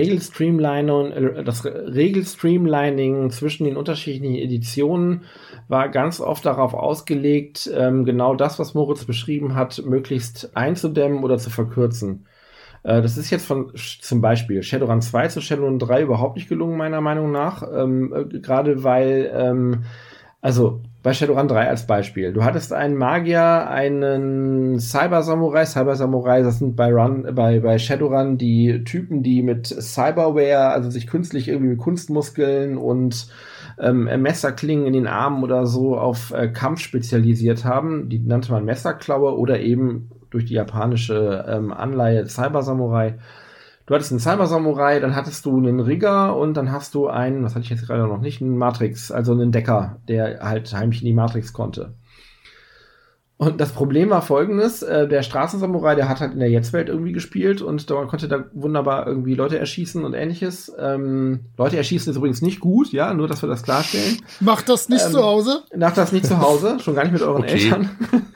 das Regelstreamlining zwischen den unterschiedlichen Editionen war ganz oft darauf ausgelegt, genau das, was Moritz beschrieben hat, möglichst einzudämmen oder zu verkürzen. Das ist jetzt zum Beispiel Shadowrun 2 zu Shadowrun 3 überhaupt nicht gelungen, meiner Meinung nach. Gerade weil, bei Shadowrun 3 als Beispiel. Du hattest einen Magier, einen Cyber-Samurai. Cyber-Samurai, das sind bei Shadowrun die Typen, die mit Cyberware, also sich künstlich irgendwie mit Kunstmuskeln und Messerklingen in den Armen oder so auf Kampf spezialisiert haben. Die nannte man Messerklaue oder eben durch die japanische Anleihe Cyber-Samurai. Du hattest einen Cyber-Samurai, dann hattest du einen Rigger und dann hast du einen, was hatte ich jetzt gerade noch nicht, einen Matrix, also einen Decker, der halt heimlich in die Matrix konnte. Und das Problem war folgendes, der Straßensamurai, der hat halt in der Jetztwelt irgendwie gespielt und da konnte da wunderbar irgendwie Leute erschießen und ähnliches. Leute erschießen ist übrigens nicht gut, ja, nur dass wir das klarstellen. Macht das nicht zu Hause? Macht das nicht zu Hause, schon gar nicht mit euren Eltern.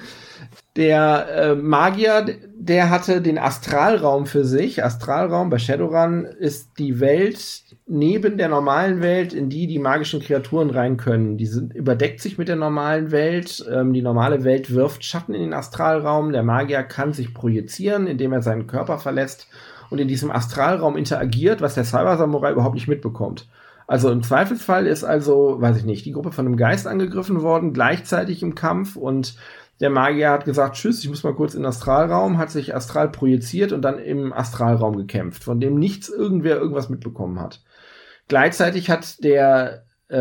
Der Magier, der hatte den Astralraum für sich. Astralraum bei Shadowrun ist die Welt neben der normalen Welt, in die magischen Kreaturen rein können. Überdeckt sich mit der normalen Welt. Die normale Welt wirft Schatten in den Astralraum. Der Magier kann sich projizieren, indem er seinen Körper verlässt und in diesem Astralraum interagiert, was der Cyber-Samurai überhaupt nicht mitbekommt. Also im Zweifelsfall ist weiß ich nicht, die Gruppe von einem Geist angegriffen worden, gleichzeitig im Kampf und der Magier hat gesagt, tschüss, ich muss mal kurz in den Astralraum, hat sich astral projiziert und dann im Astralraum gekämpft, von dem irgendwer irgendwas mitbekommen hat. Gleichzeitig hat der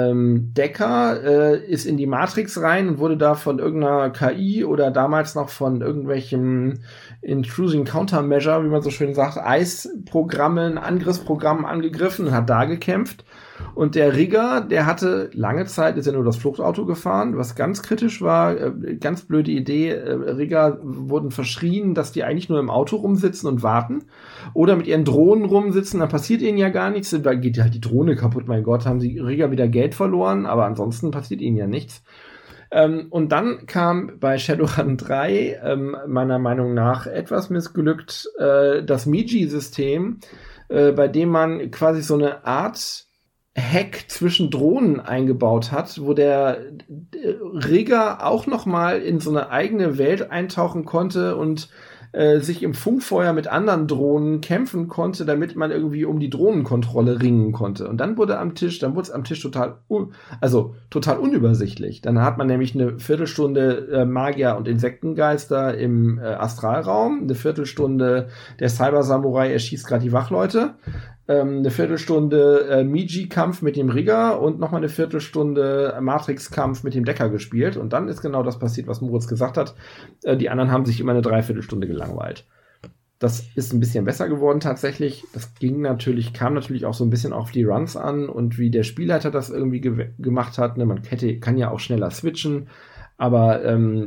Decker ist in die Matrix rein und wurde da von irgendeiner KI oder damals noch von irgendwelchem Intruding Countermeasure, wie man so schön sagt, Eisprogrammen, Angriffsprogrammen angegriffen und hat da gekämpft. Und der Rigger, der hatte lange Zeit, ist ja nur das Fluchtauto gefahren, was ganz kritisch war, ganz blöde Idee. Rigger wurden verschrien, dass die eigentlich nur im Auto rumsitzen und warten oder mit ihren Drohnen rumsitzen, dann passiert ihnen ja gar nichts, da geht halt die Drohne kaputt, mein Gott, haben sie Rigger wieder Geld verloren, aber ansonsten passiert ihnen ja nichts. Und dann kam bei Shadowrun 3, meiner Meinung nach etwas missglückt, das Miji-System, bei dem man quasi so eine Art Hack zwischen Drohnen eingebaut hat, wo der Rigger auch noch mal in so eine eigene Welt eintauchen konnte und sich im Funkfeuer mit anderen Drohnen kämpfen konnte, damit man irgendwie um die Drohnenkontrolle ringen konnte. Und dann wurde es am Tisch total unübersichtlich. Dann hat man nämlich eine Viertelstunde Magier und Insektengeister im Astralraum, eine Viertelstunde der Cyber-Samurai erschießt gerade die Wachleute, eine Viertelstunde Miji-Kampf mit dem Rigger und nochmal eine Viertelstunde Matrix-Kampf mit dem Decker gespielt. Und dann ist genau das passiert, was Moritz gesagt hat. Die anderen haben sich immer eine Dreiviertelstunde gelangweilt. Das ist ein bisschen besser geworden tatsächlich. Das kam natürlich auch so ein bisschen auf die Runs an und wie der Spielleiter das irgendwie gemacht hat. Ne? Man kann ja auch schneller switchen. Aber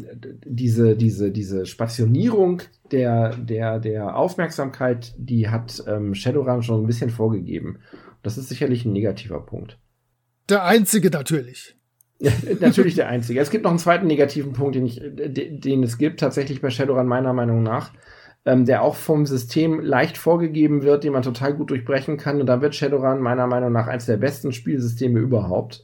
diese Spationierung der Aufmerksamkeit, die hat Shadowrun schon ein bisschen vorgegeben. Das ist sicherlich ein negativer Punkt. Der einzige natürlich. Ja, natürlich der einzige. Es gibt noch einen zweiten negativen Punkt, den es gibt, tatsächlich bei Shadowrun meiner Meinung nach, der auch vom System leicht vorgegeben wird, den man total gut durchbrechen kann. Und da wird Shadowrun meiner Meinung nach eines der besten Spielsysteme überhaupt.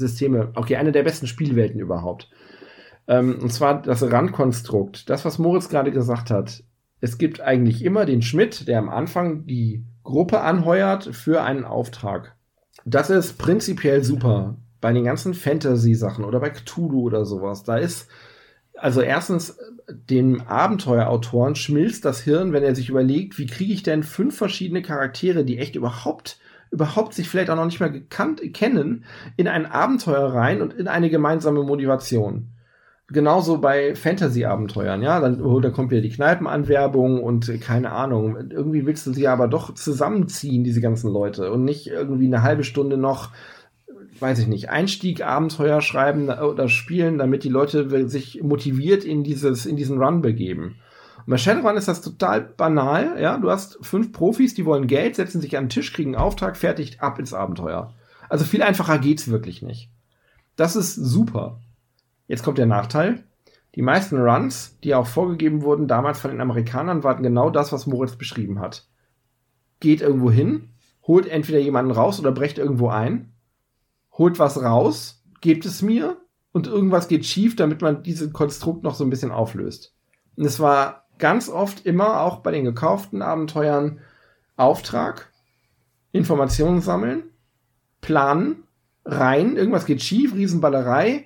Eine der besten Spielwelten überhaupt. Und zwar das Randkonstrukt. Das, was Moritz gerade gesagt hat. Es gibt eigentlich immer den Schmidt, der am Anfang die Gruppe anheuert für einen Auftrag. Das ist prinzipiell super. Bei den ganzen Fantasy-Sachen oder bei Cthulhu oder sowas. Da ist, also erstens, dem Abenteuerautoren schmilzt das Hirn, wenn er sich überlegt, wie kriege ich denn 5 verschiedene Charaktere, die echt überhaupt sich vielleicht auch noch nicht mal kennen, in ein Abenteuer rein und in eine gemeinsame Motivation. Genauso bei Fantasy-Abenteuern, ja, dann kommt wieder die Kneipenanwerbung und keine Ahnung, irgendwie willst du sie aber doch zusammenziehen, diese ganzen Leute, und nicht irgendwie eine halbe Stunde noch, weiß ich nicht, Einstieg, Abenteuer schreiben oder spielen, damit die Leute sich motiviert in diesen Run begeben. Und bei Shadowrun ist das total banal, ja, du hast 5 Profis, die wollen Geld, setzen sich an den Tisch, kriegen einen Auftrag, fertig, ab ins Abenteuer. Also viel einfacher geht's wirklich nicht. Das ist super. Jetzt kommt der Nachteil. Die meisten Runs, die auch vorgegeben wurden damals von den Amerikanern, waren genau das, was Moritz beschrieben hat. Geht irgendwo hin, holt entweder jemanden raus oder brecht irgendwo ein, holt was raus, gebt es mir und irgendwas geht schief, damit man dieses Konstrukt noch so ein bisschen auflöst. Und es war ganz oft immer auch bei den gekauften Abenteuern Auftrag, Informationen sammeln, planen, rein, irgendwas geht schief, Riesenballerei,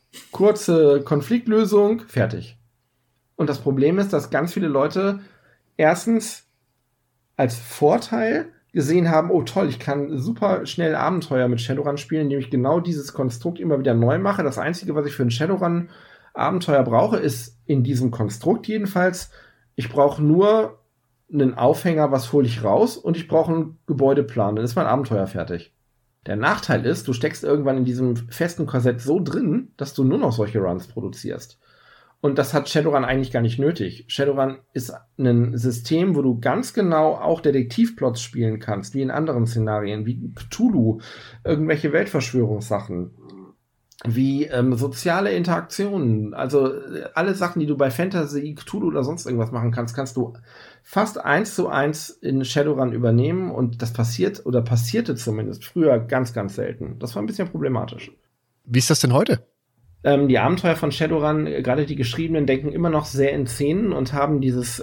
kurze Konfliktlösung, fertig. Und das Problem ist, dass ganz viele Leute erstens als Vorteil gesehen haben, oh toll, ich kann super schnell Abenteuer mit Shadowrun spielen, indem ich genau dieses Konstrukt immer wieder neu mache. Das Einzige, was ich für ein Shadowrun-Abenteuer brauche, ist in diesem Konstrukt jedenfalls, ich brauche nur einen Aufhänger, was hole ich raus, und ich brauche einen Gebäudeplan, dann ist mein Abenteuer fertig. Der Nachteil ist, du steckst irgendwann in diesem festen Korsett so drin, dass du nur noch solche Runs produzierst. Und das hat Shadowrun eigentlich gar nicht nötig. Shadowrun ist ein System, wo du ganz genau auch Detektivplots spielen kannst, wie in anderen Szenarien, wie Cthulhu, irgendwelche Weltverschwörungssachen, wie soziale Interaktionen. Also alle Sachen, die du bei Fantasy, Cthulhu oder sonst irgendwas machen kannst, kannst du fast 1:1 in Shadowrun übernehmen, und das passierte zumindest früher ganz, ganz selten. Das war ein bisschen problematisch. Wie ist das denn heute? Die Abenteuer von Shadowrun, gerade die geschriebenen, denken immer noch sehr in Szenen und haben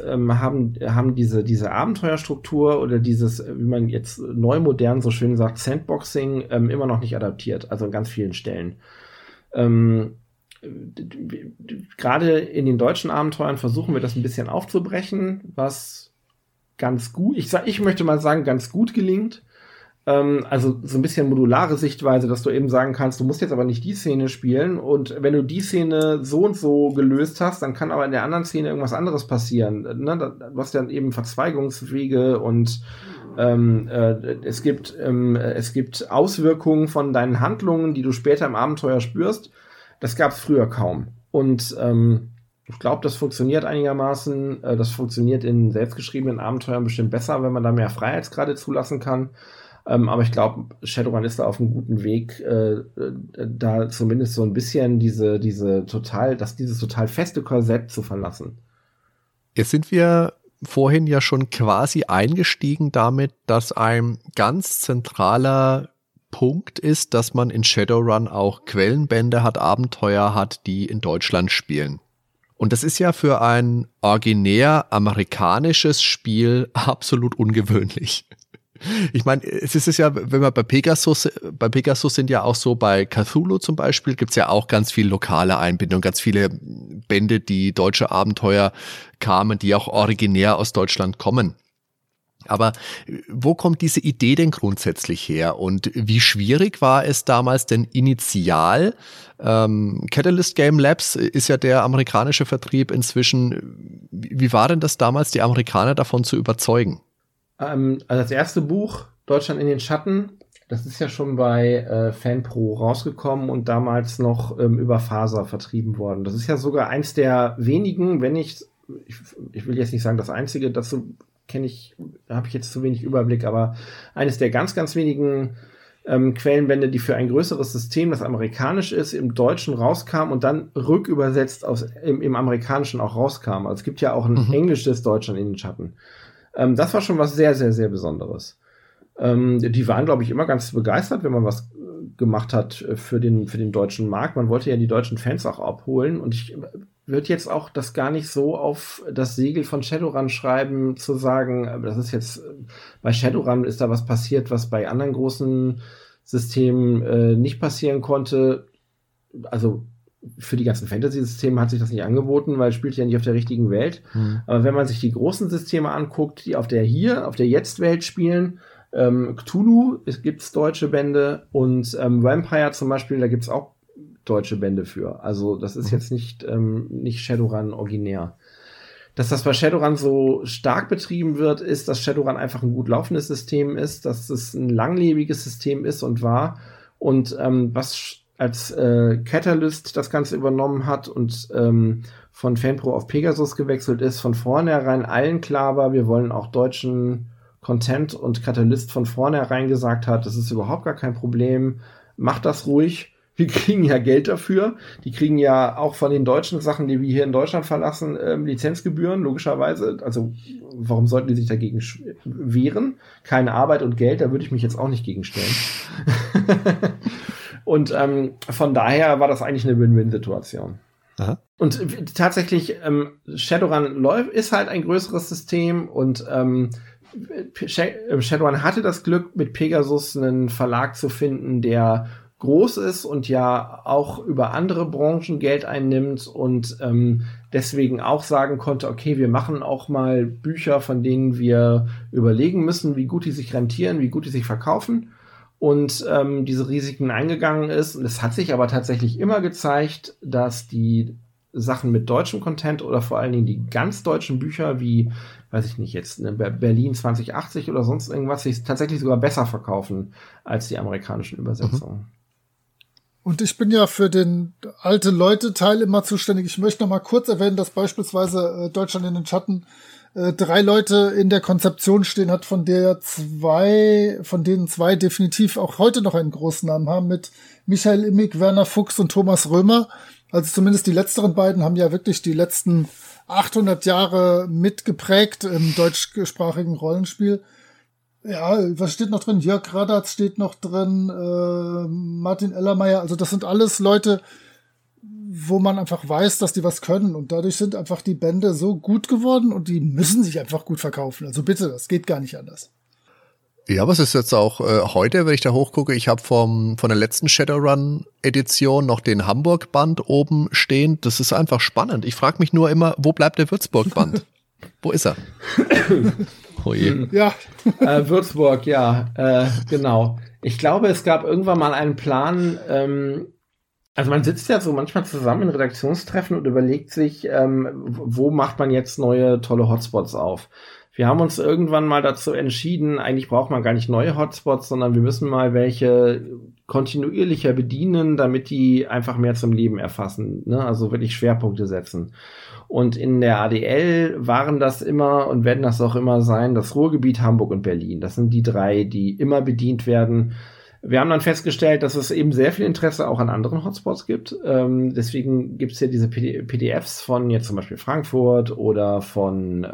diese Abenteuerstruktur oder dieses, wie man jetzt neu modern so schön sagt, Sandboxing, immer noch nicht adaptiert, also an ganz vielen Stellen. Gerade in den deutschen Abenteuern versuchen wir das ein bisschen aufzubrechen, was ganz gut, ich möchte mal sagen, ganz gut gelingt. Also so ein bisschen modulare Sichtweise, dass du eben sagen kannst, du musst jetzt aber nicht die Szene spielen, und wenn du die Szene so und so gelöst hast, dann kann aber in der anderen Szene irgendwas anderes passieren. Ne? Du hast dann eben Verzweigungswege, und es gibt Auswirkungen von deinen Handlungen, die du später im Abenteuer spürst. Das gab es früher kaum. Und ich glaube, das funktioniert einigermaßen. Das funktioniert in selbstgeschriebenen Abenteuern bestimmt besser, wenn man da mehr Freiheitsgrade zulassen kann. Aber ich glaube, Shadowrun ist da auf einem guten Weg, da zumindest so ein bisschen dieses total feste Korsett zu verlassen. Jetzt sind wir vorhin ja schon quasi eingestiegen damit, dass ein ganz zentraler Punkt ist, dass man in Shadowrun auch Quellenbände hat, Abenteuer hat, die in Deutschland spielen. Und das ist ja für ein originär amerikanisches Spiel absolut ungewöhnlich. Ich meine, es ist ja, wenn wir bei Pegasus sind ja auch so, bei Cthulhu zum Beispiel gibt's ja auch ganz viel lokale Einbindung, ganz viele Bände, die deutsche Abenteuer kamen, die auch originär aus Deutschland kommen. Aber wo kommt diese Idee denn grundsätzlich her und wie schwierig war es damals denn initial? Catalyst Game Labs ist ja der amerikanische Vertrieb inzwischen. Wie war denn das damals, die Amerikaner davon zu überzeugen? Also das erste Buch, Deutschland in den Schatten, das ist ja schon bei FanPro rausgekommen und damals noch über Faser vertrieben worden. Das ist ja sogar eins der wenigen, wenn nicht, ich will jetzt nicht sagen das einzige, dazu habe ich jetzt zu wenig Überblick, aber eines der ganz, ganz wenigen Quellenbände, die für ein größeres System, das amerikanisch ist, im Deutschen rauskam und dann rückübersetzt im Amerikanischen auch rauskam. Also es gibt ja auch ein englisches Deutschland in den Schatten. Das war schon was sehr, sehr, sehr Besonderes. Die waren, glaube ich, immer ganz begeistert, wenn man was gemacht hat für den deutschen Markt. Man wollte ja die deutschen Fans auch abholen und ich würde jetzt auch das gar nicht so auf das Segel von Shadowrun schreiben, zu sagen, das ist jetzt, bei Shadowrun ist da was passiert, was bei anderen großen Systemen nicht passieren konnte. Also für die ganzen Fantasy-Systeme hat sich das nicht angeboten, weil es spielt ja nicht auf der richtigen Welt. Aber wenn man sich die großen Systeme anguckt, die auf der Jetzt-Welt spielen, Cthulhu, es gibt's deutsche Bände und Vampire zum Beispiel, da gibt's auch deutsche Bände für. Also das ist jetzt nicht Shadowrun originär. Dass das bei Shadowrun so stark betrieben wird, ist, dass Shadowrun einfach ein gut laufendes System ist, dass es ein langlebiges System ist und war. Und was als Catalyst das Ganze übernommen hat und von FanPro auf Pegasus gewechselt ist, von vornherein allen klar war, wir wollen auch deutschen Content und Catalyst von vornherein gesagt hat, das ist überhaupt gar kein Problem, macht das ruhig. Wir kriegen ja Geld dafür. Die kriegen ja auch von den deutschen Sachen, die wir hier in Deutschland verlassen, Lizenzgebühren, logischerweise. Also warum sollten die sich dagegen wehren? Keine Arbeit und Geld, da würde ich mich jetzt auch nicht gegen stellen. Und von daher war das eigentlich eine Win-Win-Situation. Aha. Und tatsächlich, Shadowrun ist halt ein größeres System und Shadowrun hatte das Glück, mit Pegasus einen Verlag zu finden, der groß ist und ja auch über andere Branchen Geld einnimmt und deswegen auch sagen konnte, okay, wir machen auch mal Bücher, von denen wir überlegen müssen, wie gut die sich rentieren, wie gut die sich verkaufen und diese Risiken eingegangen ist. Und es hat sich aber tatsächlich immer gezeigt, dass die Sachen mit deutschem Content oder vor allen Dingen die ganz deutschen Bücher wie, weiß ich nicht, jetzt Berlin 2080 oder sonst irgendwas, sich tatsächlich sogar besser verkaufen als die amerikanischen Übersetzungen. Und ich bin ja für den alte Leute-Teil immer zuständig. Ich möchte noch mal kurz erwähnen, dass beispielsweise Deutschland in den Schatten 3 Leute in der Konzeption stehen hat, von denen zwei definitiv auch heute noch einen großen Namen haben, mit Michael Immig, Werner Fuchs und Thomas Römer. Also zumindest die letzteren beiden haben ja wirklich die letzten 800 Jahre mitgeprägt im deutschsprachigen Rollenspiel. Ja, was steht noch drin? Jörg Radatz steht noch drin, Martin Ellermeier. Also das sind alles Leute, wo man einfach weiß, dass die was können. Und dadurch sind einfach die Bände so gut geworden und die müssen sich einfach gut verkaufen. Also bitte, das geht gar nicht anders. Ja, was ist jetzt auch heute, wenn ich da hochgucke, ich habe von der letzten Shadowrun-Edition noch den Hamburg-Band oben stehen. Das ist einfach spannend. Ich frage mich nur immer, wo bleibt der Würzburg-Band? Wo ist er? Oh je. Ja. Würzburg, ja, genau. Ich glaube, es gab irgendwann mal einen Plan, Also man sitzt ja so manchmal zusammen in Redaktionstreffen und überlegt sich, wo macht man jetzt neue tolle Hotspots auf? Wir haben uns irgendwann mal dazu entschieden, eigentlich braucht man gar nicht neue Hotspots, sondern wir müssen mal welche kontinuierlicher bedienen, damit die einfach mehr zum Leben erfassen, ne? Also wirklich Schwerpunkte setzen. Und in der ADL waren das immer und werden das auch immer sein, das Ruhrgebiet, Hamburg und Berlin. Das sind die 3, die immer bedient werden. Wir haben dann festgestellt, dass es eben sehr viel Interesse auch an anderen Hotspots gibt. Deswegen gibt es ja diese PDFs von jetzt zum Beispiel Frankfurt oder von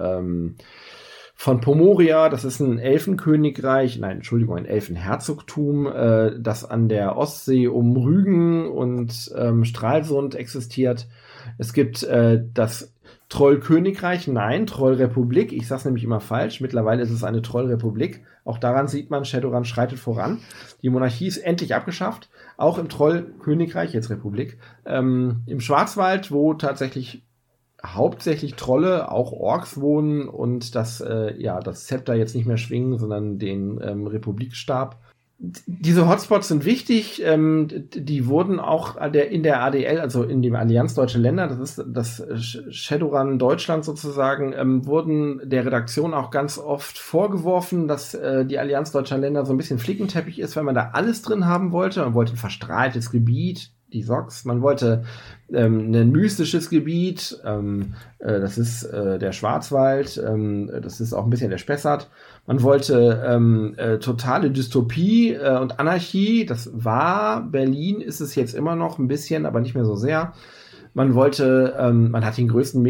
Pomoria. Das ist ein Elfenkönigreich, ein Elfenherzogtum, das an der Ostsee um Rügen und Stralsund existiert. Es gibt das Trollkönigreich, Trollrepublik. Ich sag's nämlich immer falsch. Mittlerweile ist es eine Trollrepublik. Auch daran sieht man, Shadowrun schreitet voran. Die Monarchie ist endlich abgeschafft. Auch im Trollkönigreich, jetzt Republik. Im Schwarzwald, wo tatsächlich hauptsächlich Trolle, auch Orks wohnen und das Zepter jetzt nicht mehr schwingen, sondern den Republikstab. Diese Hotspots sind wichtig, die wurden auch in der ADL, also in dem Allianz Deutsche Länder, das ist das Shadowrun Deutschland sozusagen, wurden der Redaktion auch ganz oft vorgeworfen, dass die Allianz Deutscher Länder so ein bisschen Flickenteppich ist, weil man da alles drin haben wollte. Man wollte ein verstrahltes Gebiet, die SOX, man wollte ein mystisches Gebiet, das ist der Schwarzwald, das ist auch ein bisschen der Spessart. Man wollte totale Dystopie und Anarchie, das war Berlin, ist es jetzt immer noch ein bisschen, aber nicht mehr so sehr. Man wollte, man hatte den größten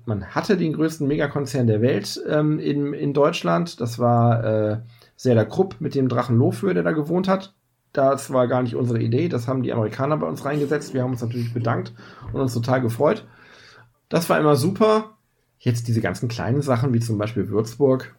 Megakonzern der Welt in Deutschland, das war Serdar Krupp mit dem Drachen Lofür, der da gewohnt hat. Das war gar nicht unsere Idee, das haben die Amerikaner bei uns reingesetzt. Wir haben uns natürlich bedankt und uns total gefreut. Das war immer super. Jetzt diese ganzen kleinen Sachen, wie zum Beispiel Würzburg.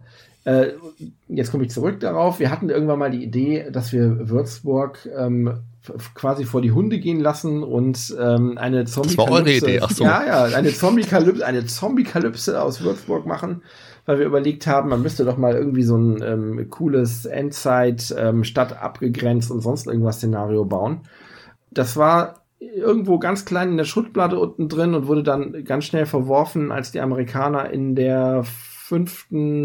Jetzt komme ich zurück darauf. Wir hatten irgendwann mal die Idee, dass wir Würzburg quasi vor die Hunde gehen lassen und eine Zombie-Kalypse. Das war eure Idee, ach so. Ja, eine Zombie-Kalypse aus Würzburg machen, weil wir überlegt haben, man müsste doch mal irgendwie so ein cooles Endzeit, Stadt abgegrenzt und sonst irgendwas Szenario bauen. Das war irgendwo ganz klein in der Schuttplatte unten drin und wurde dann ganz schnell verworfen, als die Amerikaner in der 5.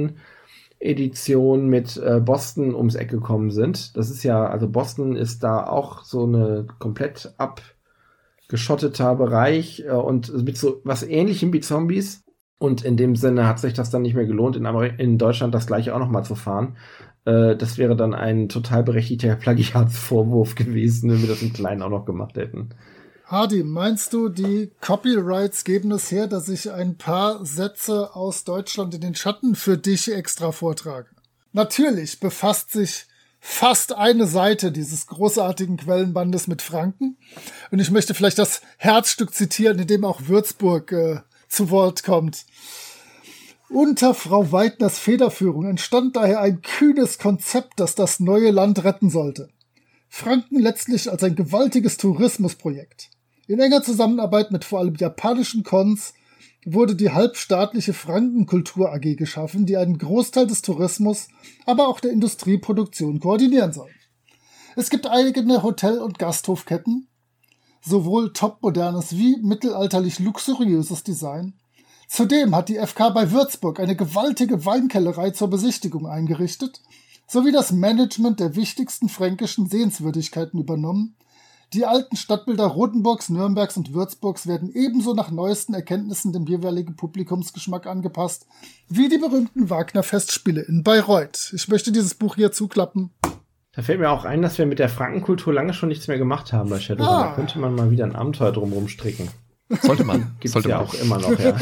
Edition mit Boston ums Eck gekommen sind. Das ist ja, also Boston ist da auch so eine komplett abgeschotteter Bereich und mit so was Ähnlichem wie Zombies. Und in dem Sinne hat sich das dann nicht mehr gelohnt, in Deutschland das gleiche auch noch mal zu fahren. Das wäre dann ein total berechtigter Plagiatsvorwurf gewesen, wenn wir das im Kleinen auch noch gemacht hätten. Hardy, meinst du, die Copyrights geben es her, dass ich ein paar Sätze aus Deutschland in den Schatten für dich extra vortrage? Natürlich befasst sich fast eine Seite dieses großartigen Quellenbandes mit Franken. Und ich möchte vielleicht das Herzstück zitieren, in dem auch Würzburg zu Wort kommt. Unter Frau Weidners Federführung entstand daher ein kühnes Konzept, das das neue Land retten sollte. Franken letztlich als ein gewaltiges Tourismusprojekt. In enger Zusammenarbeit mit vor allem japanischen Cons wurde die halbstaatliche Frankenkultur AG geschaffen, die einen Großteil des Tourismus, aber auch der Industrieproduktion koordinieren soll. Es gibt eigene Hotel- und Gasthofketten, sowohl topmodernes wie mittelalterlich luxuriöses Design. Zudem hat die FK bei Würzburg eine gewaltige Weinkellerei zur Besichtigung eingerichtet, sowie das Management der wichtigsten fränkischen Sehenswürdigkeiten übernommen. Die alten Stadtbilder Rothenburgs, Nürnbergs und Würzburgs werden ebenso nach neuesten Erkenntnissen dem jeweiligen Publikumsgeschmack angepasst, wie die berühmten Wagner-Festspiele in Bayreuth. Ich möchte dieses Buch hier zuklappen. Da fällt mir auch ein, dass wir mit der Frankenkultur lange schon nichts mehr gemacht haben bei Shadowrun. Da könnte man mal wieder ein Abenteuer drumherum stricken. Sollte man. Gibt's ja auch immer noch, ja.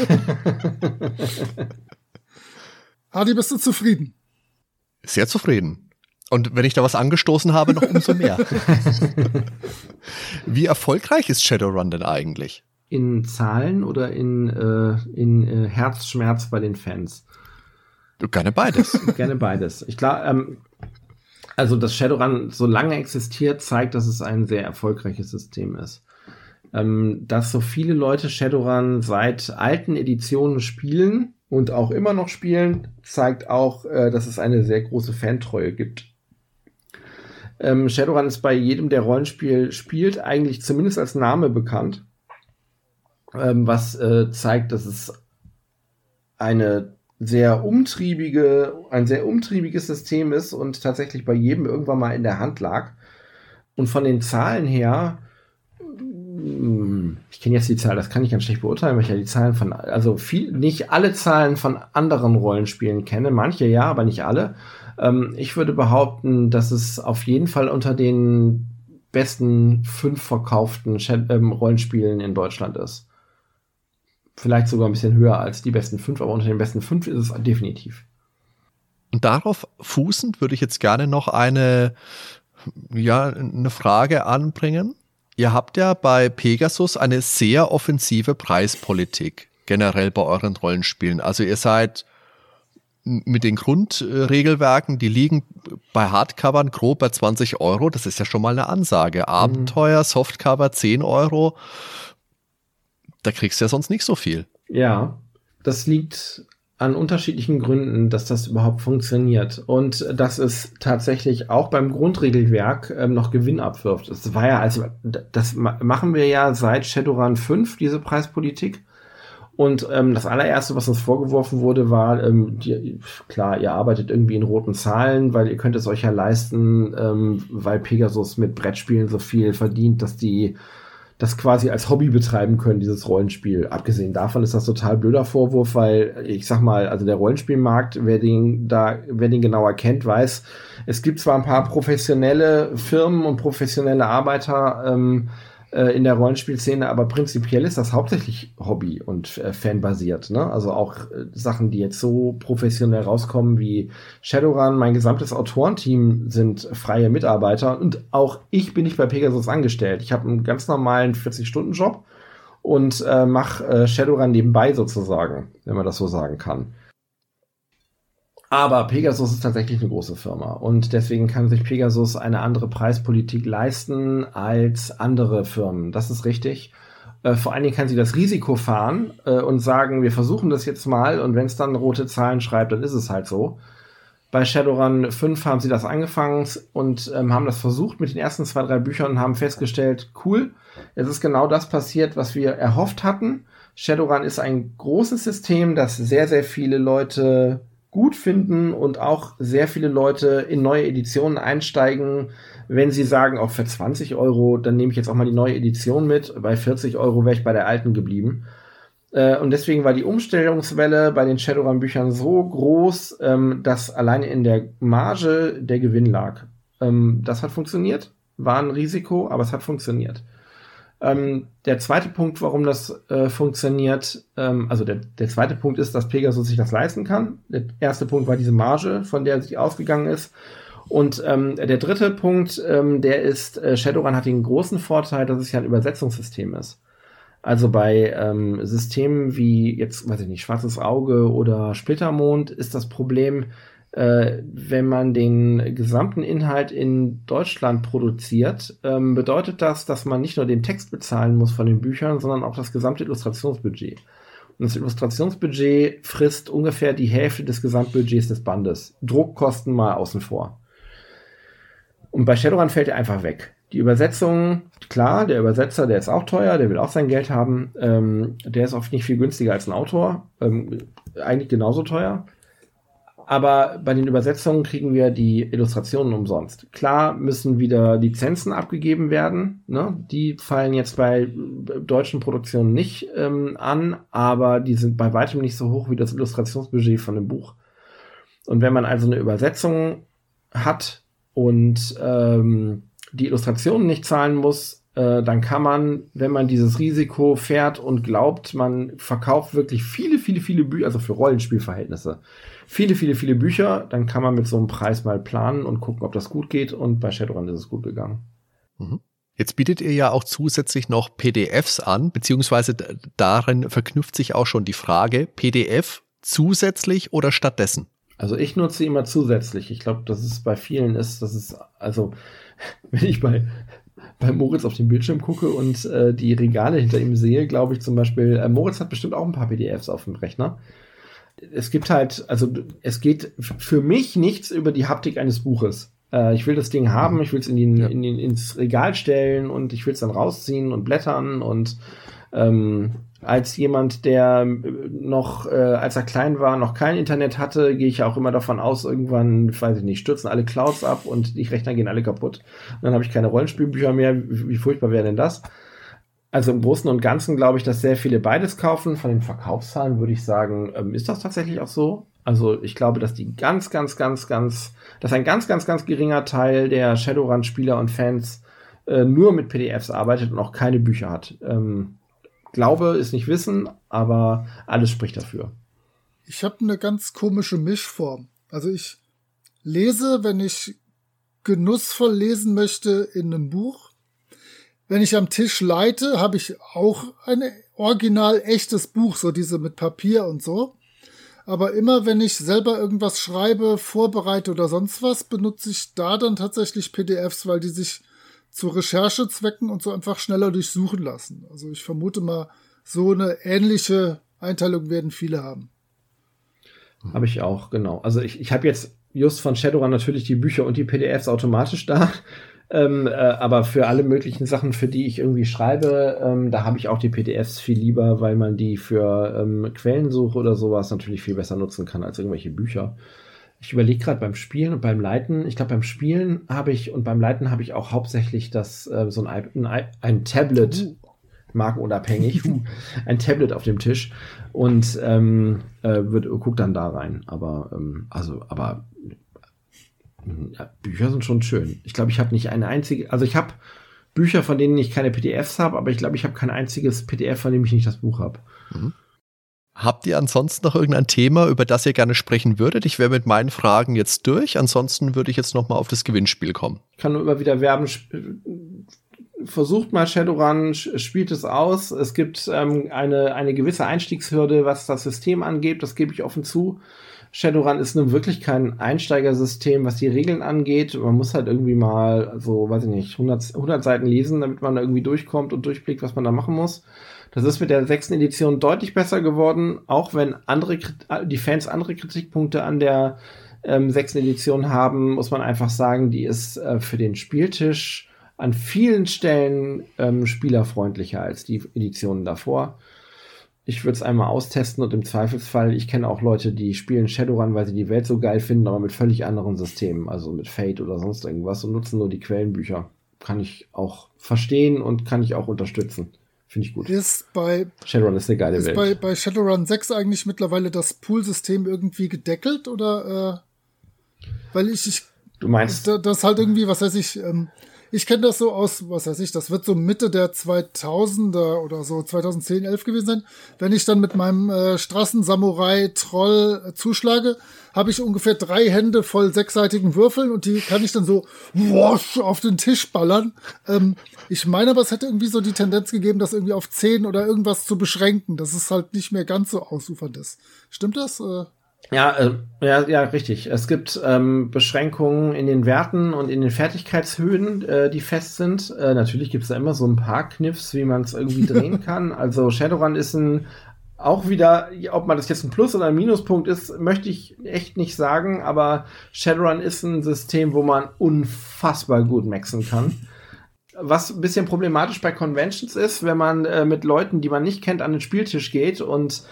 Hardy, bist du zufrieden? Sehr zufrieden. Und wenn ich da was angestoßen habe, noch umso mehr. Wie erfolgreich ist Shadowrun denn eigentlich? In Zahlen oder in Herzschmerz bei den Fans? Gerne beides. Gerne beides. Ich glaube, also dass Shadowrun so lange existiert, zeigt, dass es ein sehr erfolgreiches System ist. Dass so viele Leute Shadowrun seit alten Editionen spielen und auch immer noch spielen, zeigt auch, dass es eine sehr große Fantreue gibt. Shadowrun ist bei jedem, der Rollenspiel spielt, eigentlich zumindest als Name bekannt. Was zeigt, dass es ein sehr umtriebiges System ist und tatsächlich bei jedem irgendwann mal in der Hand lag. Und von den Zahlen her, ich kenne jetzt die Zahl, das kann ich ganz schlecht beurteilen, weil ich ja die Zahlen nicht alle Zahlen von anderen Rollenspielen kenne, manche ja, aber nicht alle. Ich würde behaupten, dass es auf jeden Fall unter den besten 5 verkauften Rollenspielen in Deutschland ist. Vielleicht sogar ein bisschen höher als die besten 5, aber unter den besten 5 ist es definitiv. Und darauf fußend würde ich jetzt gerne noch eine Frage anbringen. Ihr habt ja bei Pegasus eine sehr offensive Preispolitik, generell bei euren Rollenspielen. Also ihr seid mit den Grundregelwerken, die liegen bei Hardcovern grob bei 20 €. Das ist ja schon mal eine Ansage. Abenteuer, Softcover 10 €. Da kriegst du ja sonst nicht so viel. Ja, das liegt an unterschiedlichen Gründen, dass das überhaupt funktioniert. Und dass es tatsächlich auch beim Grundregelwerk noch Gewinn abwirft. Das machen wir ja seit Shadowrun 5, diese Preispolitik. Und das allererste, was uns vorgeworfen wurde, war, klar, ihr arbeitet irgendwie in roten Zahlen, weil ihr könnt es euch ja leisten, weil Pegasus mit Brettspielen so viel verdient, dass die das quasi als Hobby betreiben können, dieses Rollenspiel. Abgesehen davon ist das total blöder Vorwurf, weil ich sag mal, also der Rollenspielmarkt, wer den genauer kennt, weiß, es gibt zwar ein paar professionelle Firmen und professionelle Arbeiter in der Rollenspielszene, aber prinzipiell ist das hauptsächlich Hobby und fanbasiert, ne? Also auch Sachen, die jetzt so professionell rauskommen wie Shadowrun, mein gesamtes Autorenteam sind freie Mitarbeiter und auch ich bin nicht bei Pegasus angestellt. Ich habe einen ganz normalen 40-Stunden-Job und mache Shadowrun nebenbei sozusagen, wenn man das so sagen kann. Aber Pegasus ist tatsächlich eine große Firma und deswegen kann sich Pegasus eine andere Preispolitik leisten als andere Firmen. Das ist richtig. Vor allen Dingen kann sie das Risiko fahren und sagen, wir versuchen das jetzt mal und wenn es dann rote Zahlen schreibt, dann ist es halt so. Bei Shadowrun 5 haben sie das angefangen und haben das versucht mit den ersten 2, 3 Büchern und haben festgestellt, cool, es ist genau das passiert, was wir erhofft hatten. Shadowrun ist ein großes System, das sehr, sehr viele Leute gut finden und auch sehr viele Leute in neue Editionen einsteigen, wenn sie sagen, auch für 20 €, dann nehme ich jetzt auch mal die neue Edition mit. Bei 40 € wäre ich bei der alten geblieben. Und deswegen war die Umstellungswelle bei den Shadowrun-Büchern so groß, dass alleine in der Marge der Gewinn lag. Das hat funktioniert, war ein Risiko, aber es hat funktioniert. Der zweite Punkt, warum das funktioniert, der zweite Punkt ist, dass Pegasus sich das leisten kann. Der erste Punkt war diese Marge, von der sich ausgegangen ist. Und der dritte Punkt, der ist, Shadowrun hat den großen Vorteil, dass es ja ein Übersetzungssystem ist. Also bei Systemen wie jetzt, weiß ich nicht, Schwarzes Auge oder Splittermond ist das Problem, wenn man den gesamten Inhalt in Deutschland produziert, bedeutet das, dass man nicht nur den Text bezahlen muss von den Büchern, sondern auch das gesamte Illustrationsbudget. Und das Illustrationsbudget frisst ungefähr die Hälfte des Gesamtbudgets des Bandes. Druckkosten mal außen vor. Und bei Shadowrun fällt er einfach weg. Die Übersetzung, klar, der Übersetzer, der ist auch teuer, der will auch sein Geld haben. Der ist oft nicht viel günstiger als ein Autor. Eigentlich genauso teuer. Aber bei den Übersetzungen kriegen wir die Illustrationen umsonst. Klar müssen wieder Lizenzen abgegeben werden. Ne? Die fallen jetzt bei deutschen Produktionen nicht an, aber die sind bei weitem nicht so hoch wie das Illustrationsbudget von einem Buch. Und wenn man also eine Übersetzung hat und die Illustrationen nicht zahlen muss, dann kann man, wenn man dieses Risiko fährt und glaubt, man verkauft wirklich viele Bücher, also für Rollenspielverhältnisse, viele Bücher, dann kann man mit so einem Preis mal planen und gucken, ob das gut geht. Und bei Shadowrun ist es gut gegangen. Jetzt bietet ihr ja auch zusätzlich noch PDFs an, beziehungsweise darin verknüpft sich auch schon die Frage, PDF zusätzlich oder stattdessen? Also ich nutze immer zusätzlich. Ich glaube, dass es bei vielen ist, also wenn ich bei Moritz auf den Bildschirm gucke und die Regale hinter ihm sehe, glaube ich zum Beispiel, Moritz hat bestimmt auch ein paar PDFs auf dem Rechner. Es geht für mich nichts über die Haptik eines Buches. Ich will das Ding haben, ich will es ins Regal stellen und ich will es dann rausziehen und blättern und als jemand, der noch, als er klein war, noch kein Internet hatte, gehe ich auch immer davon aus, irgendwann, weiß ich nicht, stürzen alle Clouds ab und die Rechner gehen alle kaputt. Und dann habe ich keine Rollenspielbücher mehr. Wie furchtbar wäre denn das? Also im Großen und Ganzen glaube ich, dass sehr viele beides kaufen. Von den Verkaufszahlen würde ich sagen, ist das tatsächlich auch so? Also ich glaube, dass die dass ein ganz geringer Teil der Shadowrun-Spieler und Fans nur mit PDFs arbeitet und auch keine Bücher hat. Glaube ist nicht wissen, aber alles spricht dafür. Ich habe eine ganz komische Mischform. Also ich lese, wenn ich genussvoll lesen möchte, in einem Buch. Wenn ich am Tisch leite, habe ich auch ein original echtes Buch, so diese mit Papier und so. Aber immer, wenn ich selber irgendwas schreibe, vorbereite oder sonst was, benutze ich da dann tatsächlich PDFs, weil die sich zu Recherchezwecken und so einfach schneller durchsuchen lassen. Also ich vermute mal, so eine ähnliche Einteilung werden viele haben. Habe ich auch, genau. Also ich habe jetzt just von Shadowrun natürlich die Bücher und die PDFs automatisch da. Aber für alle möglichen Sachen, für die ich irgendwie schreibe, da habe ich auch die PDFs viel lieber, weil man die für Quellensuche oder sowas natürlich viel besser nutzen kann als irgendwelche Bücher. Ich überlege gerade beim Spielen und beim Leiten. Ich glaube, beim Spielen und beim Leiten habe ich auch hauptsächlich so ein Tablet, markenunabhängig, ein Tablet auf dem Tisch und guck dann da rein. Aber ja, Bücher sind schon schön. Ich glaube, ich habe nicht eine einzige, also ich habe Bücher, von denen ich keine PDFs habe, aber ich glaube, ich habe kein einziges PDF, von dem ich nicht das Buch habe. Mhm. Habt ihr ansonsten noch irgendein Thema, über das ihr gerne sprechen würdet? Ich wäre mit meinen Fragen jetzt durch. Ansonsten würde ich jetzt noch mal auf das Gewinnspiel kommen. Ich kann nur immer wieder werben. Versucht mal Shadowrun, spielt es aus. Es gibt eine gewisse Einstiegshürde, was das System angeht. Das gebe ich offen zu. Shadowrun ist nun wirklich kein Einsteigersystem, was die Regeln angeht. Man muss halt irgendwie mal so, weiß ich nicht, 100 Seiten lesen, damit man da irgendwie durchkommt und durchblickt, was man da machen muss. Das ist mit der 6. Edition deutlich besser geworden, auch wenn die Fans andere Kritikpunkte an der 6. Edition haben, muss man einfach sagen, die ist für den Spieltisch an vielen Stellen spielerfreundlicher als die Editionen davor. Ich würde es einmal austesten und im Zweifelsfall, ich kenne auch Leute, die spielen Shadowrun, weil sie die Welt so geil finden, aber mit völlig anderen Systemen, also mit Fate oder sonst irgendwas und nutzen nur die Quellenbücher. Kann ich auch verstehen und kann ich auch unterstützen. Finde ich gut. Shadowrun ist eine geile Welt. Ist bei Shadowrun 6 eigentlich mittlerweile das Pool-System irgendwie gedeckelt oder weil du meinst das halt irgendwie, was weiß ich kenne das so aus, was weiß ich, das wird so Mitte der 2000er oder so 2010, 11 gewesen sein. Wenn ich dann mit meinem Straßensamurai-Troll zuschlage, habe ich ungefähr 3 Hände voll 6-seitigen Würfeln und die kann ich dann so auf den Tisch ballern. Ich meine aber, es hätte irgendwie so die Tendenz gegeben, das irgendwie auf 10 oder irgendwas zu beschränken, dass es halt nicht mehr ganz so ausufernd ist. Stimmt das? Ja, richtig. Es gibt Beschränkungen in den Werten und in den Fertigkeitshöhen, die fest sind. Natürlich gibt es da immer so ein paar Kniffs, wie man es irgendwie drehen kann. Also Shadowrun ist auch wieder, ob man das jetzt ein Plus- oder ein Minuspunkt ist, möchte ich echt nicht sagen, aber Shadowrun ist ein System, wo man unfassbar gut maxen kann. Was ein bisschen problematisch bei Conventions ist, wenn man mit Leuten, die man nicht kennt, an den Spieltisch geht und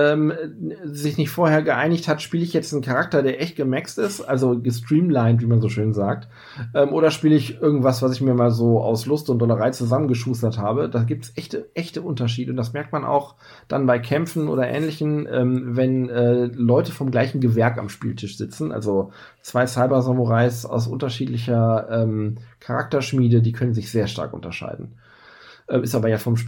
sich nicht vorher geeinigt hat, spiele ich jetzt einen Charakter, der echt gemaxt ist, also gestreamlined, wie man so schön sagt, oder spiele ich irgendwas, was ich mir mal so aus Lust und Dollerei zusammengeschustert habe. Da gibt's echte Unterschiede und das merkt man auch dann bei Kämpfen oder Ähnlichen, wenn Leute vom gleichen Gewerk am Spieltisch sitzen, also 2 Cyber-Samurais aus unterschiedlicher Charakterschmiede, die können sich sehr stark unterscheiden. Ist aber ja vom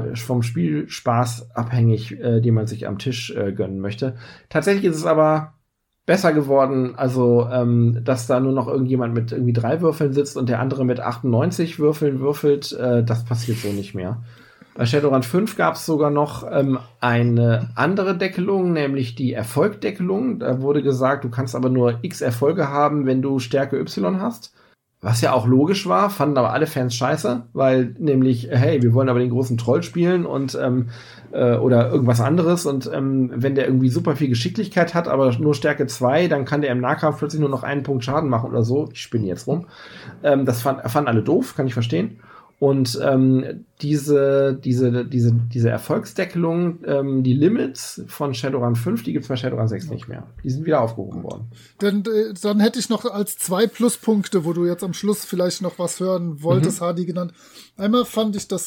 Spielspaß abhängig, den man sich am Tisch gönnen möchte. Tatsächlich ist es aber besser geworden, also dass da nur noch irgendjemand mit irgendwie 3 Würfeln sitzt und der andere mit 98 Würfeln würfelt, das passiert so nicht mehr. Bei Shadowrun 5 gab es sogar noch eine andere Deckelung, nämlich die Erfolgdeckelung. Da wurde gesagt, du kannst aber nur X Erfolge haben, wenn du Stärke Y hast. Was ja auch logisch war, fanden aber alle Fans scheiße, weil nämlich, hey, wir wollen aber den großen Troll spielen und oder irgendwas anderes und wenn der irgendwie super viel Geschicklichkeit hat, aber nur Stärke 2, dann kann der im Nahkampf plötzlich nur noch einen Punkt Schaden machen oder so. Ich spinne jetzt rum. Das fanden alle doof, kann ich verstehen. Und diese Erfolgsdeckelung, die Limits von Shadowrun 5, die gibt's bei Shadowrun 6 nicht mehr. Die sind wieder aufgehoben worden. Dann hätte ich noch als 2 Pluspunkte, wo du jetzt am Schluss vielleicht noch was hören wolltest, Hardy genannt. Einmal fand ich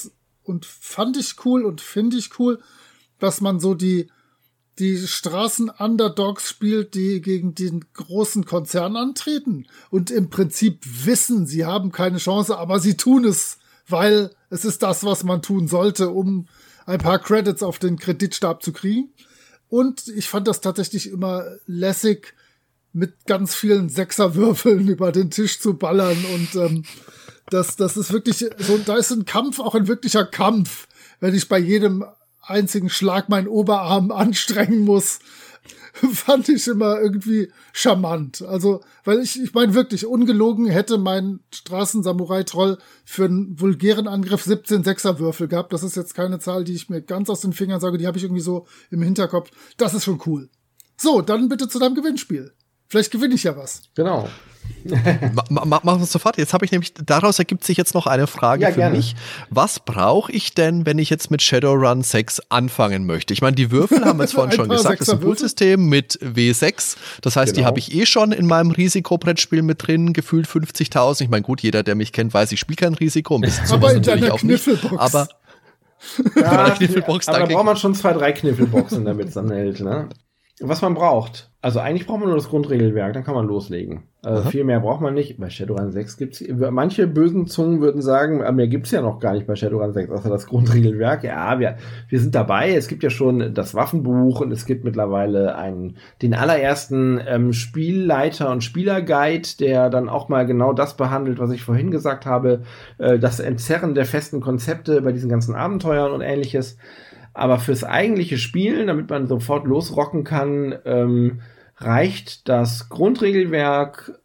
cool und finde ich cool, dass man so die Straßen-Underdogs spielt, die gegen den großen Konzern antreten und im Prinzip wissen, sie haben keine Chance, aber sie tun es, weil es ist das, was man tun sollte, um ein paar Credits auf den Kreditstab zu kriegen. Und ich fand das tatsächlich immer lässig, mit ganz vielen Sechserwürfeln über den Tisch zu ballern. Und das ist wirklich so, da ist ein Kampf, auch ein wirklicher Kampf, wenn ich bei jedem einzigen Schlag meinen Oberarm anstrengen muss. Fand ich immer irgendwie charmant. Also, weil ich meine wirklich, ungelogen hätte mein Straßensamurai-Troll für einen vulgären Angriff 17 Sechserwürfel gehabt. Das ist jetzt keine Zahl, die ich mir ganz aus den Fingern sage, die habe ich irgendwie so im Hinterkopf. Das ist schon cool. So, dann bitte zu deinem Gewinnspiel. Vielleicht gewinne ich ja was. Genau. Machen wir es sofort. Jetzt habe ich nämlich, daraus ergibt sich jetzt noch eine Frage für mich. Was brauche ich denn, wenn ich jetzt mit Shadowrun 6 anfangen möchte? Ich meine, die Würfel haben wir jetzt vorhin schon gesagt, das ist ein Poolsystem mit W6. Das heißt, die habe ich eh schon in meinem Risikobrettspiel mit drin, gefühlt 50.000. Ich meine, gut, jeder, der mich kennt, weiß, ich spiele kein Risiko. Ein bisschen aber in deiner Kniffelbox. Aber ja, Kniffelbox, aber da braucht man schon 2-3 Kniffelboxen, damit es dann hält, ne? Was man braucht. Also eigentlich braucht man nur das Grundregelwerk, dann kann man loslegen. Viel mehr braucht man nicht. Bei Shadowrun 6 gibt's, manche bösen Zungen würden sagen, mehr gibt's ja noch gar nicht bei Shadowrun 6, außer das Grundregelwerk. Ja, wir sind dabei. Es gibt ja schon das Waffenbuch und es gibt mittlerweile den allerersten Spielleiter- und Spielerguide, der dann auch mal genau das behandelt, was ich vorhin gesagt habe, das Entzerren der festen Konzepte bei diesen ganzen Abenteuern und ähnliches. Aber fürs eigentliche Spielen, damit man sofort losrocken kann, reicht das Grundregelwerk,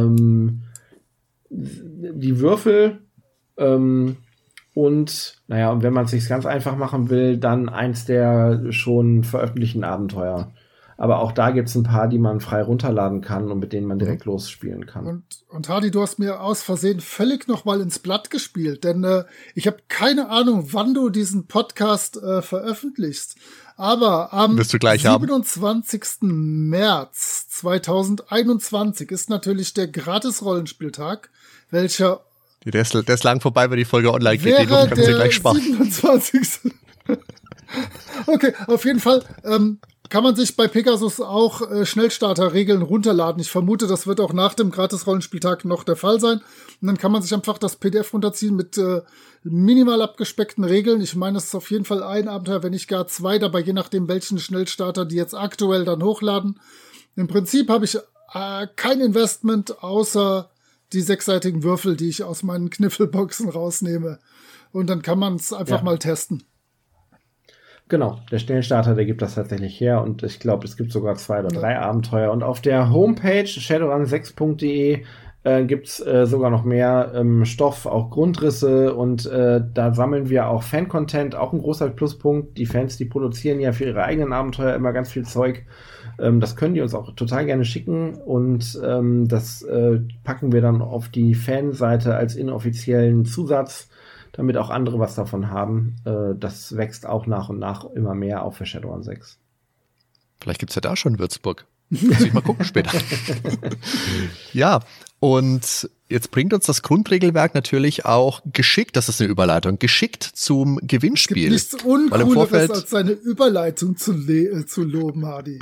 die Würfel und wenn man es sich ganz einfach machen will, dann eins der schon veröffentlichten Abenteuer. Aber auch da gibt's ein paar, die man frei runterladen kann und mit denen man direkt losspielen kann. Und Hardy, du hast mir aus Versehen völlig noch mal ins Blatt gespielt, denn ich habe keine Ahnung, wann du diesen Podcast veröffentlichst. Aber am 27. März 2021 ist natürlich der Gratis-Rollenspieltag, welcher der ist lang vorbei, wenn die Folge online geht. Wäre der 27. Okay, auf jeden Fall kann man sich bei Pegasus auch Schnellstarter-Regeln runterladen. Ich vermute, das wird auch nach dem Gratis-Rollenspieltag noch der Fall sein. Und dann kann man sich einfach das PDF runterziehen mit minimal abgespeckten Regeln. Ich meine, es ist auf jeden Fall ein Abenteuer, wenn nicht gar 2 dabei, je nachdem, welchen Schnellstarter die jetzt aktuell dann hochladen. Im Prinzip habe ich kein Investment, außer die 6-seitigen Würfel, die ich aus meinen Kniffelboxen rausnehme. Und dann kann man es einfach mal testen. Genau, der Schnellstarter, der gibt das tatsächlich her und ich glaube, es gibt sogar 2 oder 3 Abenteuer. Und auf der Homepage shadowrun6.de gibt's sogar noch mehr Stoff, auch Grundrisse und da sammeln wir auch Fan-Content, auch ein großer Pluspunkt. Die Fans, die produzieren ja für ihre eigenen Abenteuer immer ganz viel Zeug. Das können die uns auch total gerne schicken und das packen wir dann auf die Fanseite als inoffiziellen Zusatz, damit auch andere was davon haben. Das wächst auch nach und nach immer mehr auf für Shadowrun 6. Vielleicht gibt's ja da schon Würzburg. Muss ich mal gucken später. Ja, und jetzt bringt uns das Grundregelwerk natürlich auch geschickt, das ist eine Überleitung, geschickt zum Gewinnspiel. Es gibt nichts Uncooleres, als seine Überleitung zu loben, Hardy.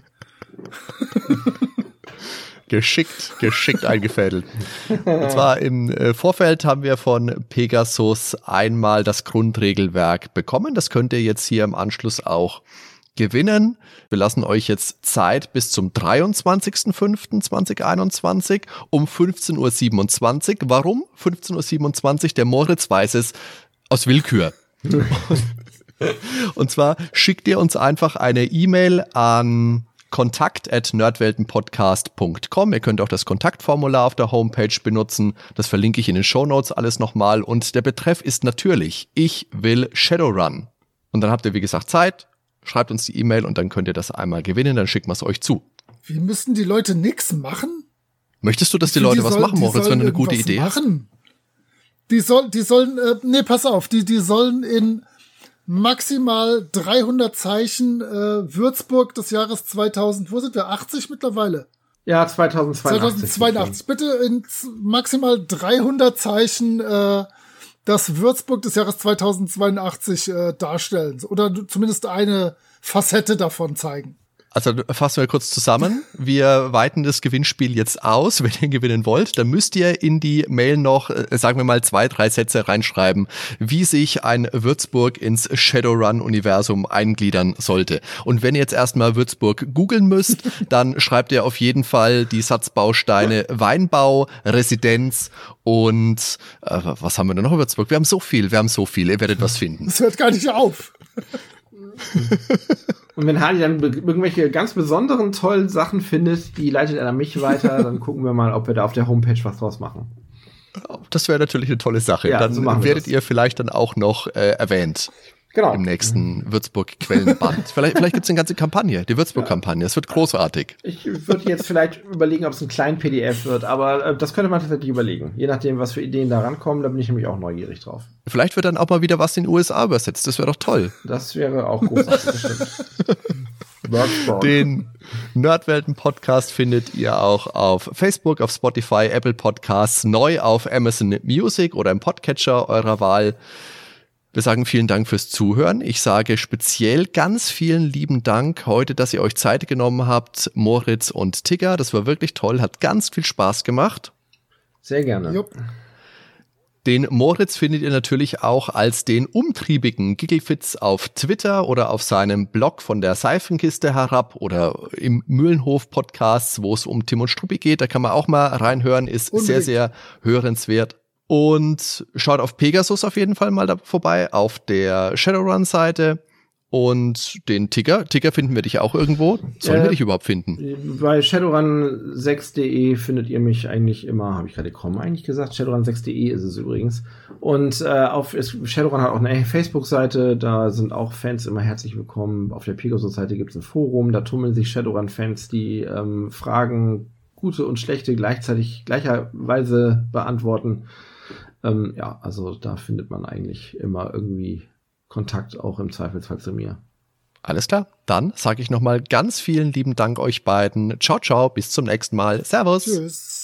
Geschickt eingefädelt. Und zwar im Vorfeld haben wir von Pegasus einmal das Grundregelwerk bekommen. Das könnt ihr jetzt hier im Anschluss auch gewinnen. Wir lassen euch jetzt Zeit bis zum 23.05.2021 um 15.27 Uhr. Warum 15.27 Uhr? Der Moritz weiß es aus Willkür. Und zwar schickt ihr uns einfach eine E-Mail an kontakt@nerdweltenpodcast.com. Ihr könnt auch das Kontaktformular auf der Homepage benutzen. Das verlinke ich in den Shownotes alles nochmal. Und der Betreff ist natürlich, ich will Shadowrun. Und dann habt ihr, wie gesagt, Zeit. Schreibt uns die E-Mail und dann könnt ihr das einmal gewinnen. Dann schicken wir es euch zu. Wie müssen die Leute nix machen? Möchtest du, dass die Leute was machen, Moritz, wenn du eine gute Idee hast? Die sollen, pass auf, die sollen in maximal 300 Zeichen Würzburg des Jahres 2000, wo sind wir, 80 mittlerweile? Ja, 2082. 2082. Bitte in maximal 300 Zeichen das Würzburg des Jahres 2082 darstellen. Oder zumindest eine Facette davon zeigen. Also fassen wir kurz zusammen. Wir weiten das Gewinnspiel jetzt aus. Wenn ihr gewinnen wollt, dann müsst ihr in die Mail noch, sagen wir mal, 2-3 Sätze reinschreiben, wie sich ein Würzburg ins Shadowrun-Universum eingliedern sollte. Und wenn ihr jetzt erstmal Würzburg googeln müsst, dann schreibt ihr auf jeden Fall die Satzbausteine Weinbau, Residenz und was haben wir denn noch in Würzburg? Wir haben so viel. Ihr werdet was finden. Das hört gar nicht auf. Und wenn Hardy dann irgendwelche ganz besonderen, tollen Sachen findet, die leitet er an mich weiter, dann gucken wir mal, ob wir da auf der Homepage was draus machen. Das wäre natürlich eine tolle Sache. Ja, dann so werdet ihr vielleicht dann auch noch erwähnt. Genau. Im nächsten Würzburg-Quellenband. vielleicht gibt es eine ganze Kampagne, die Würzburg-Kampagne. Es wird großartig. Ich würde jetzt vielleicht überlegen, ob es ein kleinen PDF wird, aber das könnte man tatsächlich überlegen. Je nachdem, was für Ideen da rankommen, da bin ich nämlich auch neugierig drauf. Vielleicht wird dann auch mal wieder was in den USA übersetzt. Das wäre doch toll. Das wäre auch großartig, bestimmt. Den Nerdwelten-Podcast findet ihr auch auf Facebook, auf Spotify, Apple Podcasts, neu auf Amazon Music oder im Podcatcher eurer Wahl. Wir sagen vielen Dank fürs Zuhören. Ich sage speziell ganz vielen lieben Dank heute, dass ihr euch Zeit genommen habt, Moritz und Tigger. Das war wirklich toll, hat ganz viel Spaß gemacht. Sehr gerne. Jupp. Den Moritz findet ihr natürlich auch als den umtriebigen Gigglefitz auf Twitter oder auf seinem Blog von der Seifenkiste herab oder im Mühlenhof-Podcast, wo es um Tim und Struppi geht. Da kann man auch mal reinhören, ist unbedingt sehr, sehr hörenswert. Und schaut auf Pegasus auf jeden Fall mal da vorbei, auf der Shadowrun-Seite. Und den Tigger finden wir dich auch irgendwo. Sollen wir dich überhaupt finden? Bei Shadowrun6.de findet ihr mich eigentlich immer, habe ich gerade eigentlich gesagt, Shadowrun6.de ist es übrigens. Und Shadowrun hat auch eine Facebook-Seite, da sind auch Fans immer herzlich willkommen. Auf der Pegasus-Seite gibt es ein Forum, da tummeln sich Shadowrun-Fans, die Fragen, gute und schlechte, gleicherweise beantworten. Also da findet man eigentlich immer irgendwie Kontakt, auch im Zweifelsfall zu mir. Alles klar, dann sage ich nochmal ganz vielen lieben Dank euch beiden. Ciao, ciao, bis zum nächsten Mal. Servus. Tschüss.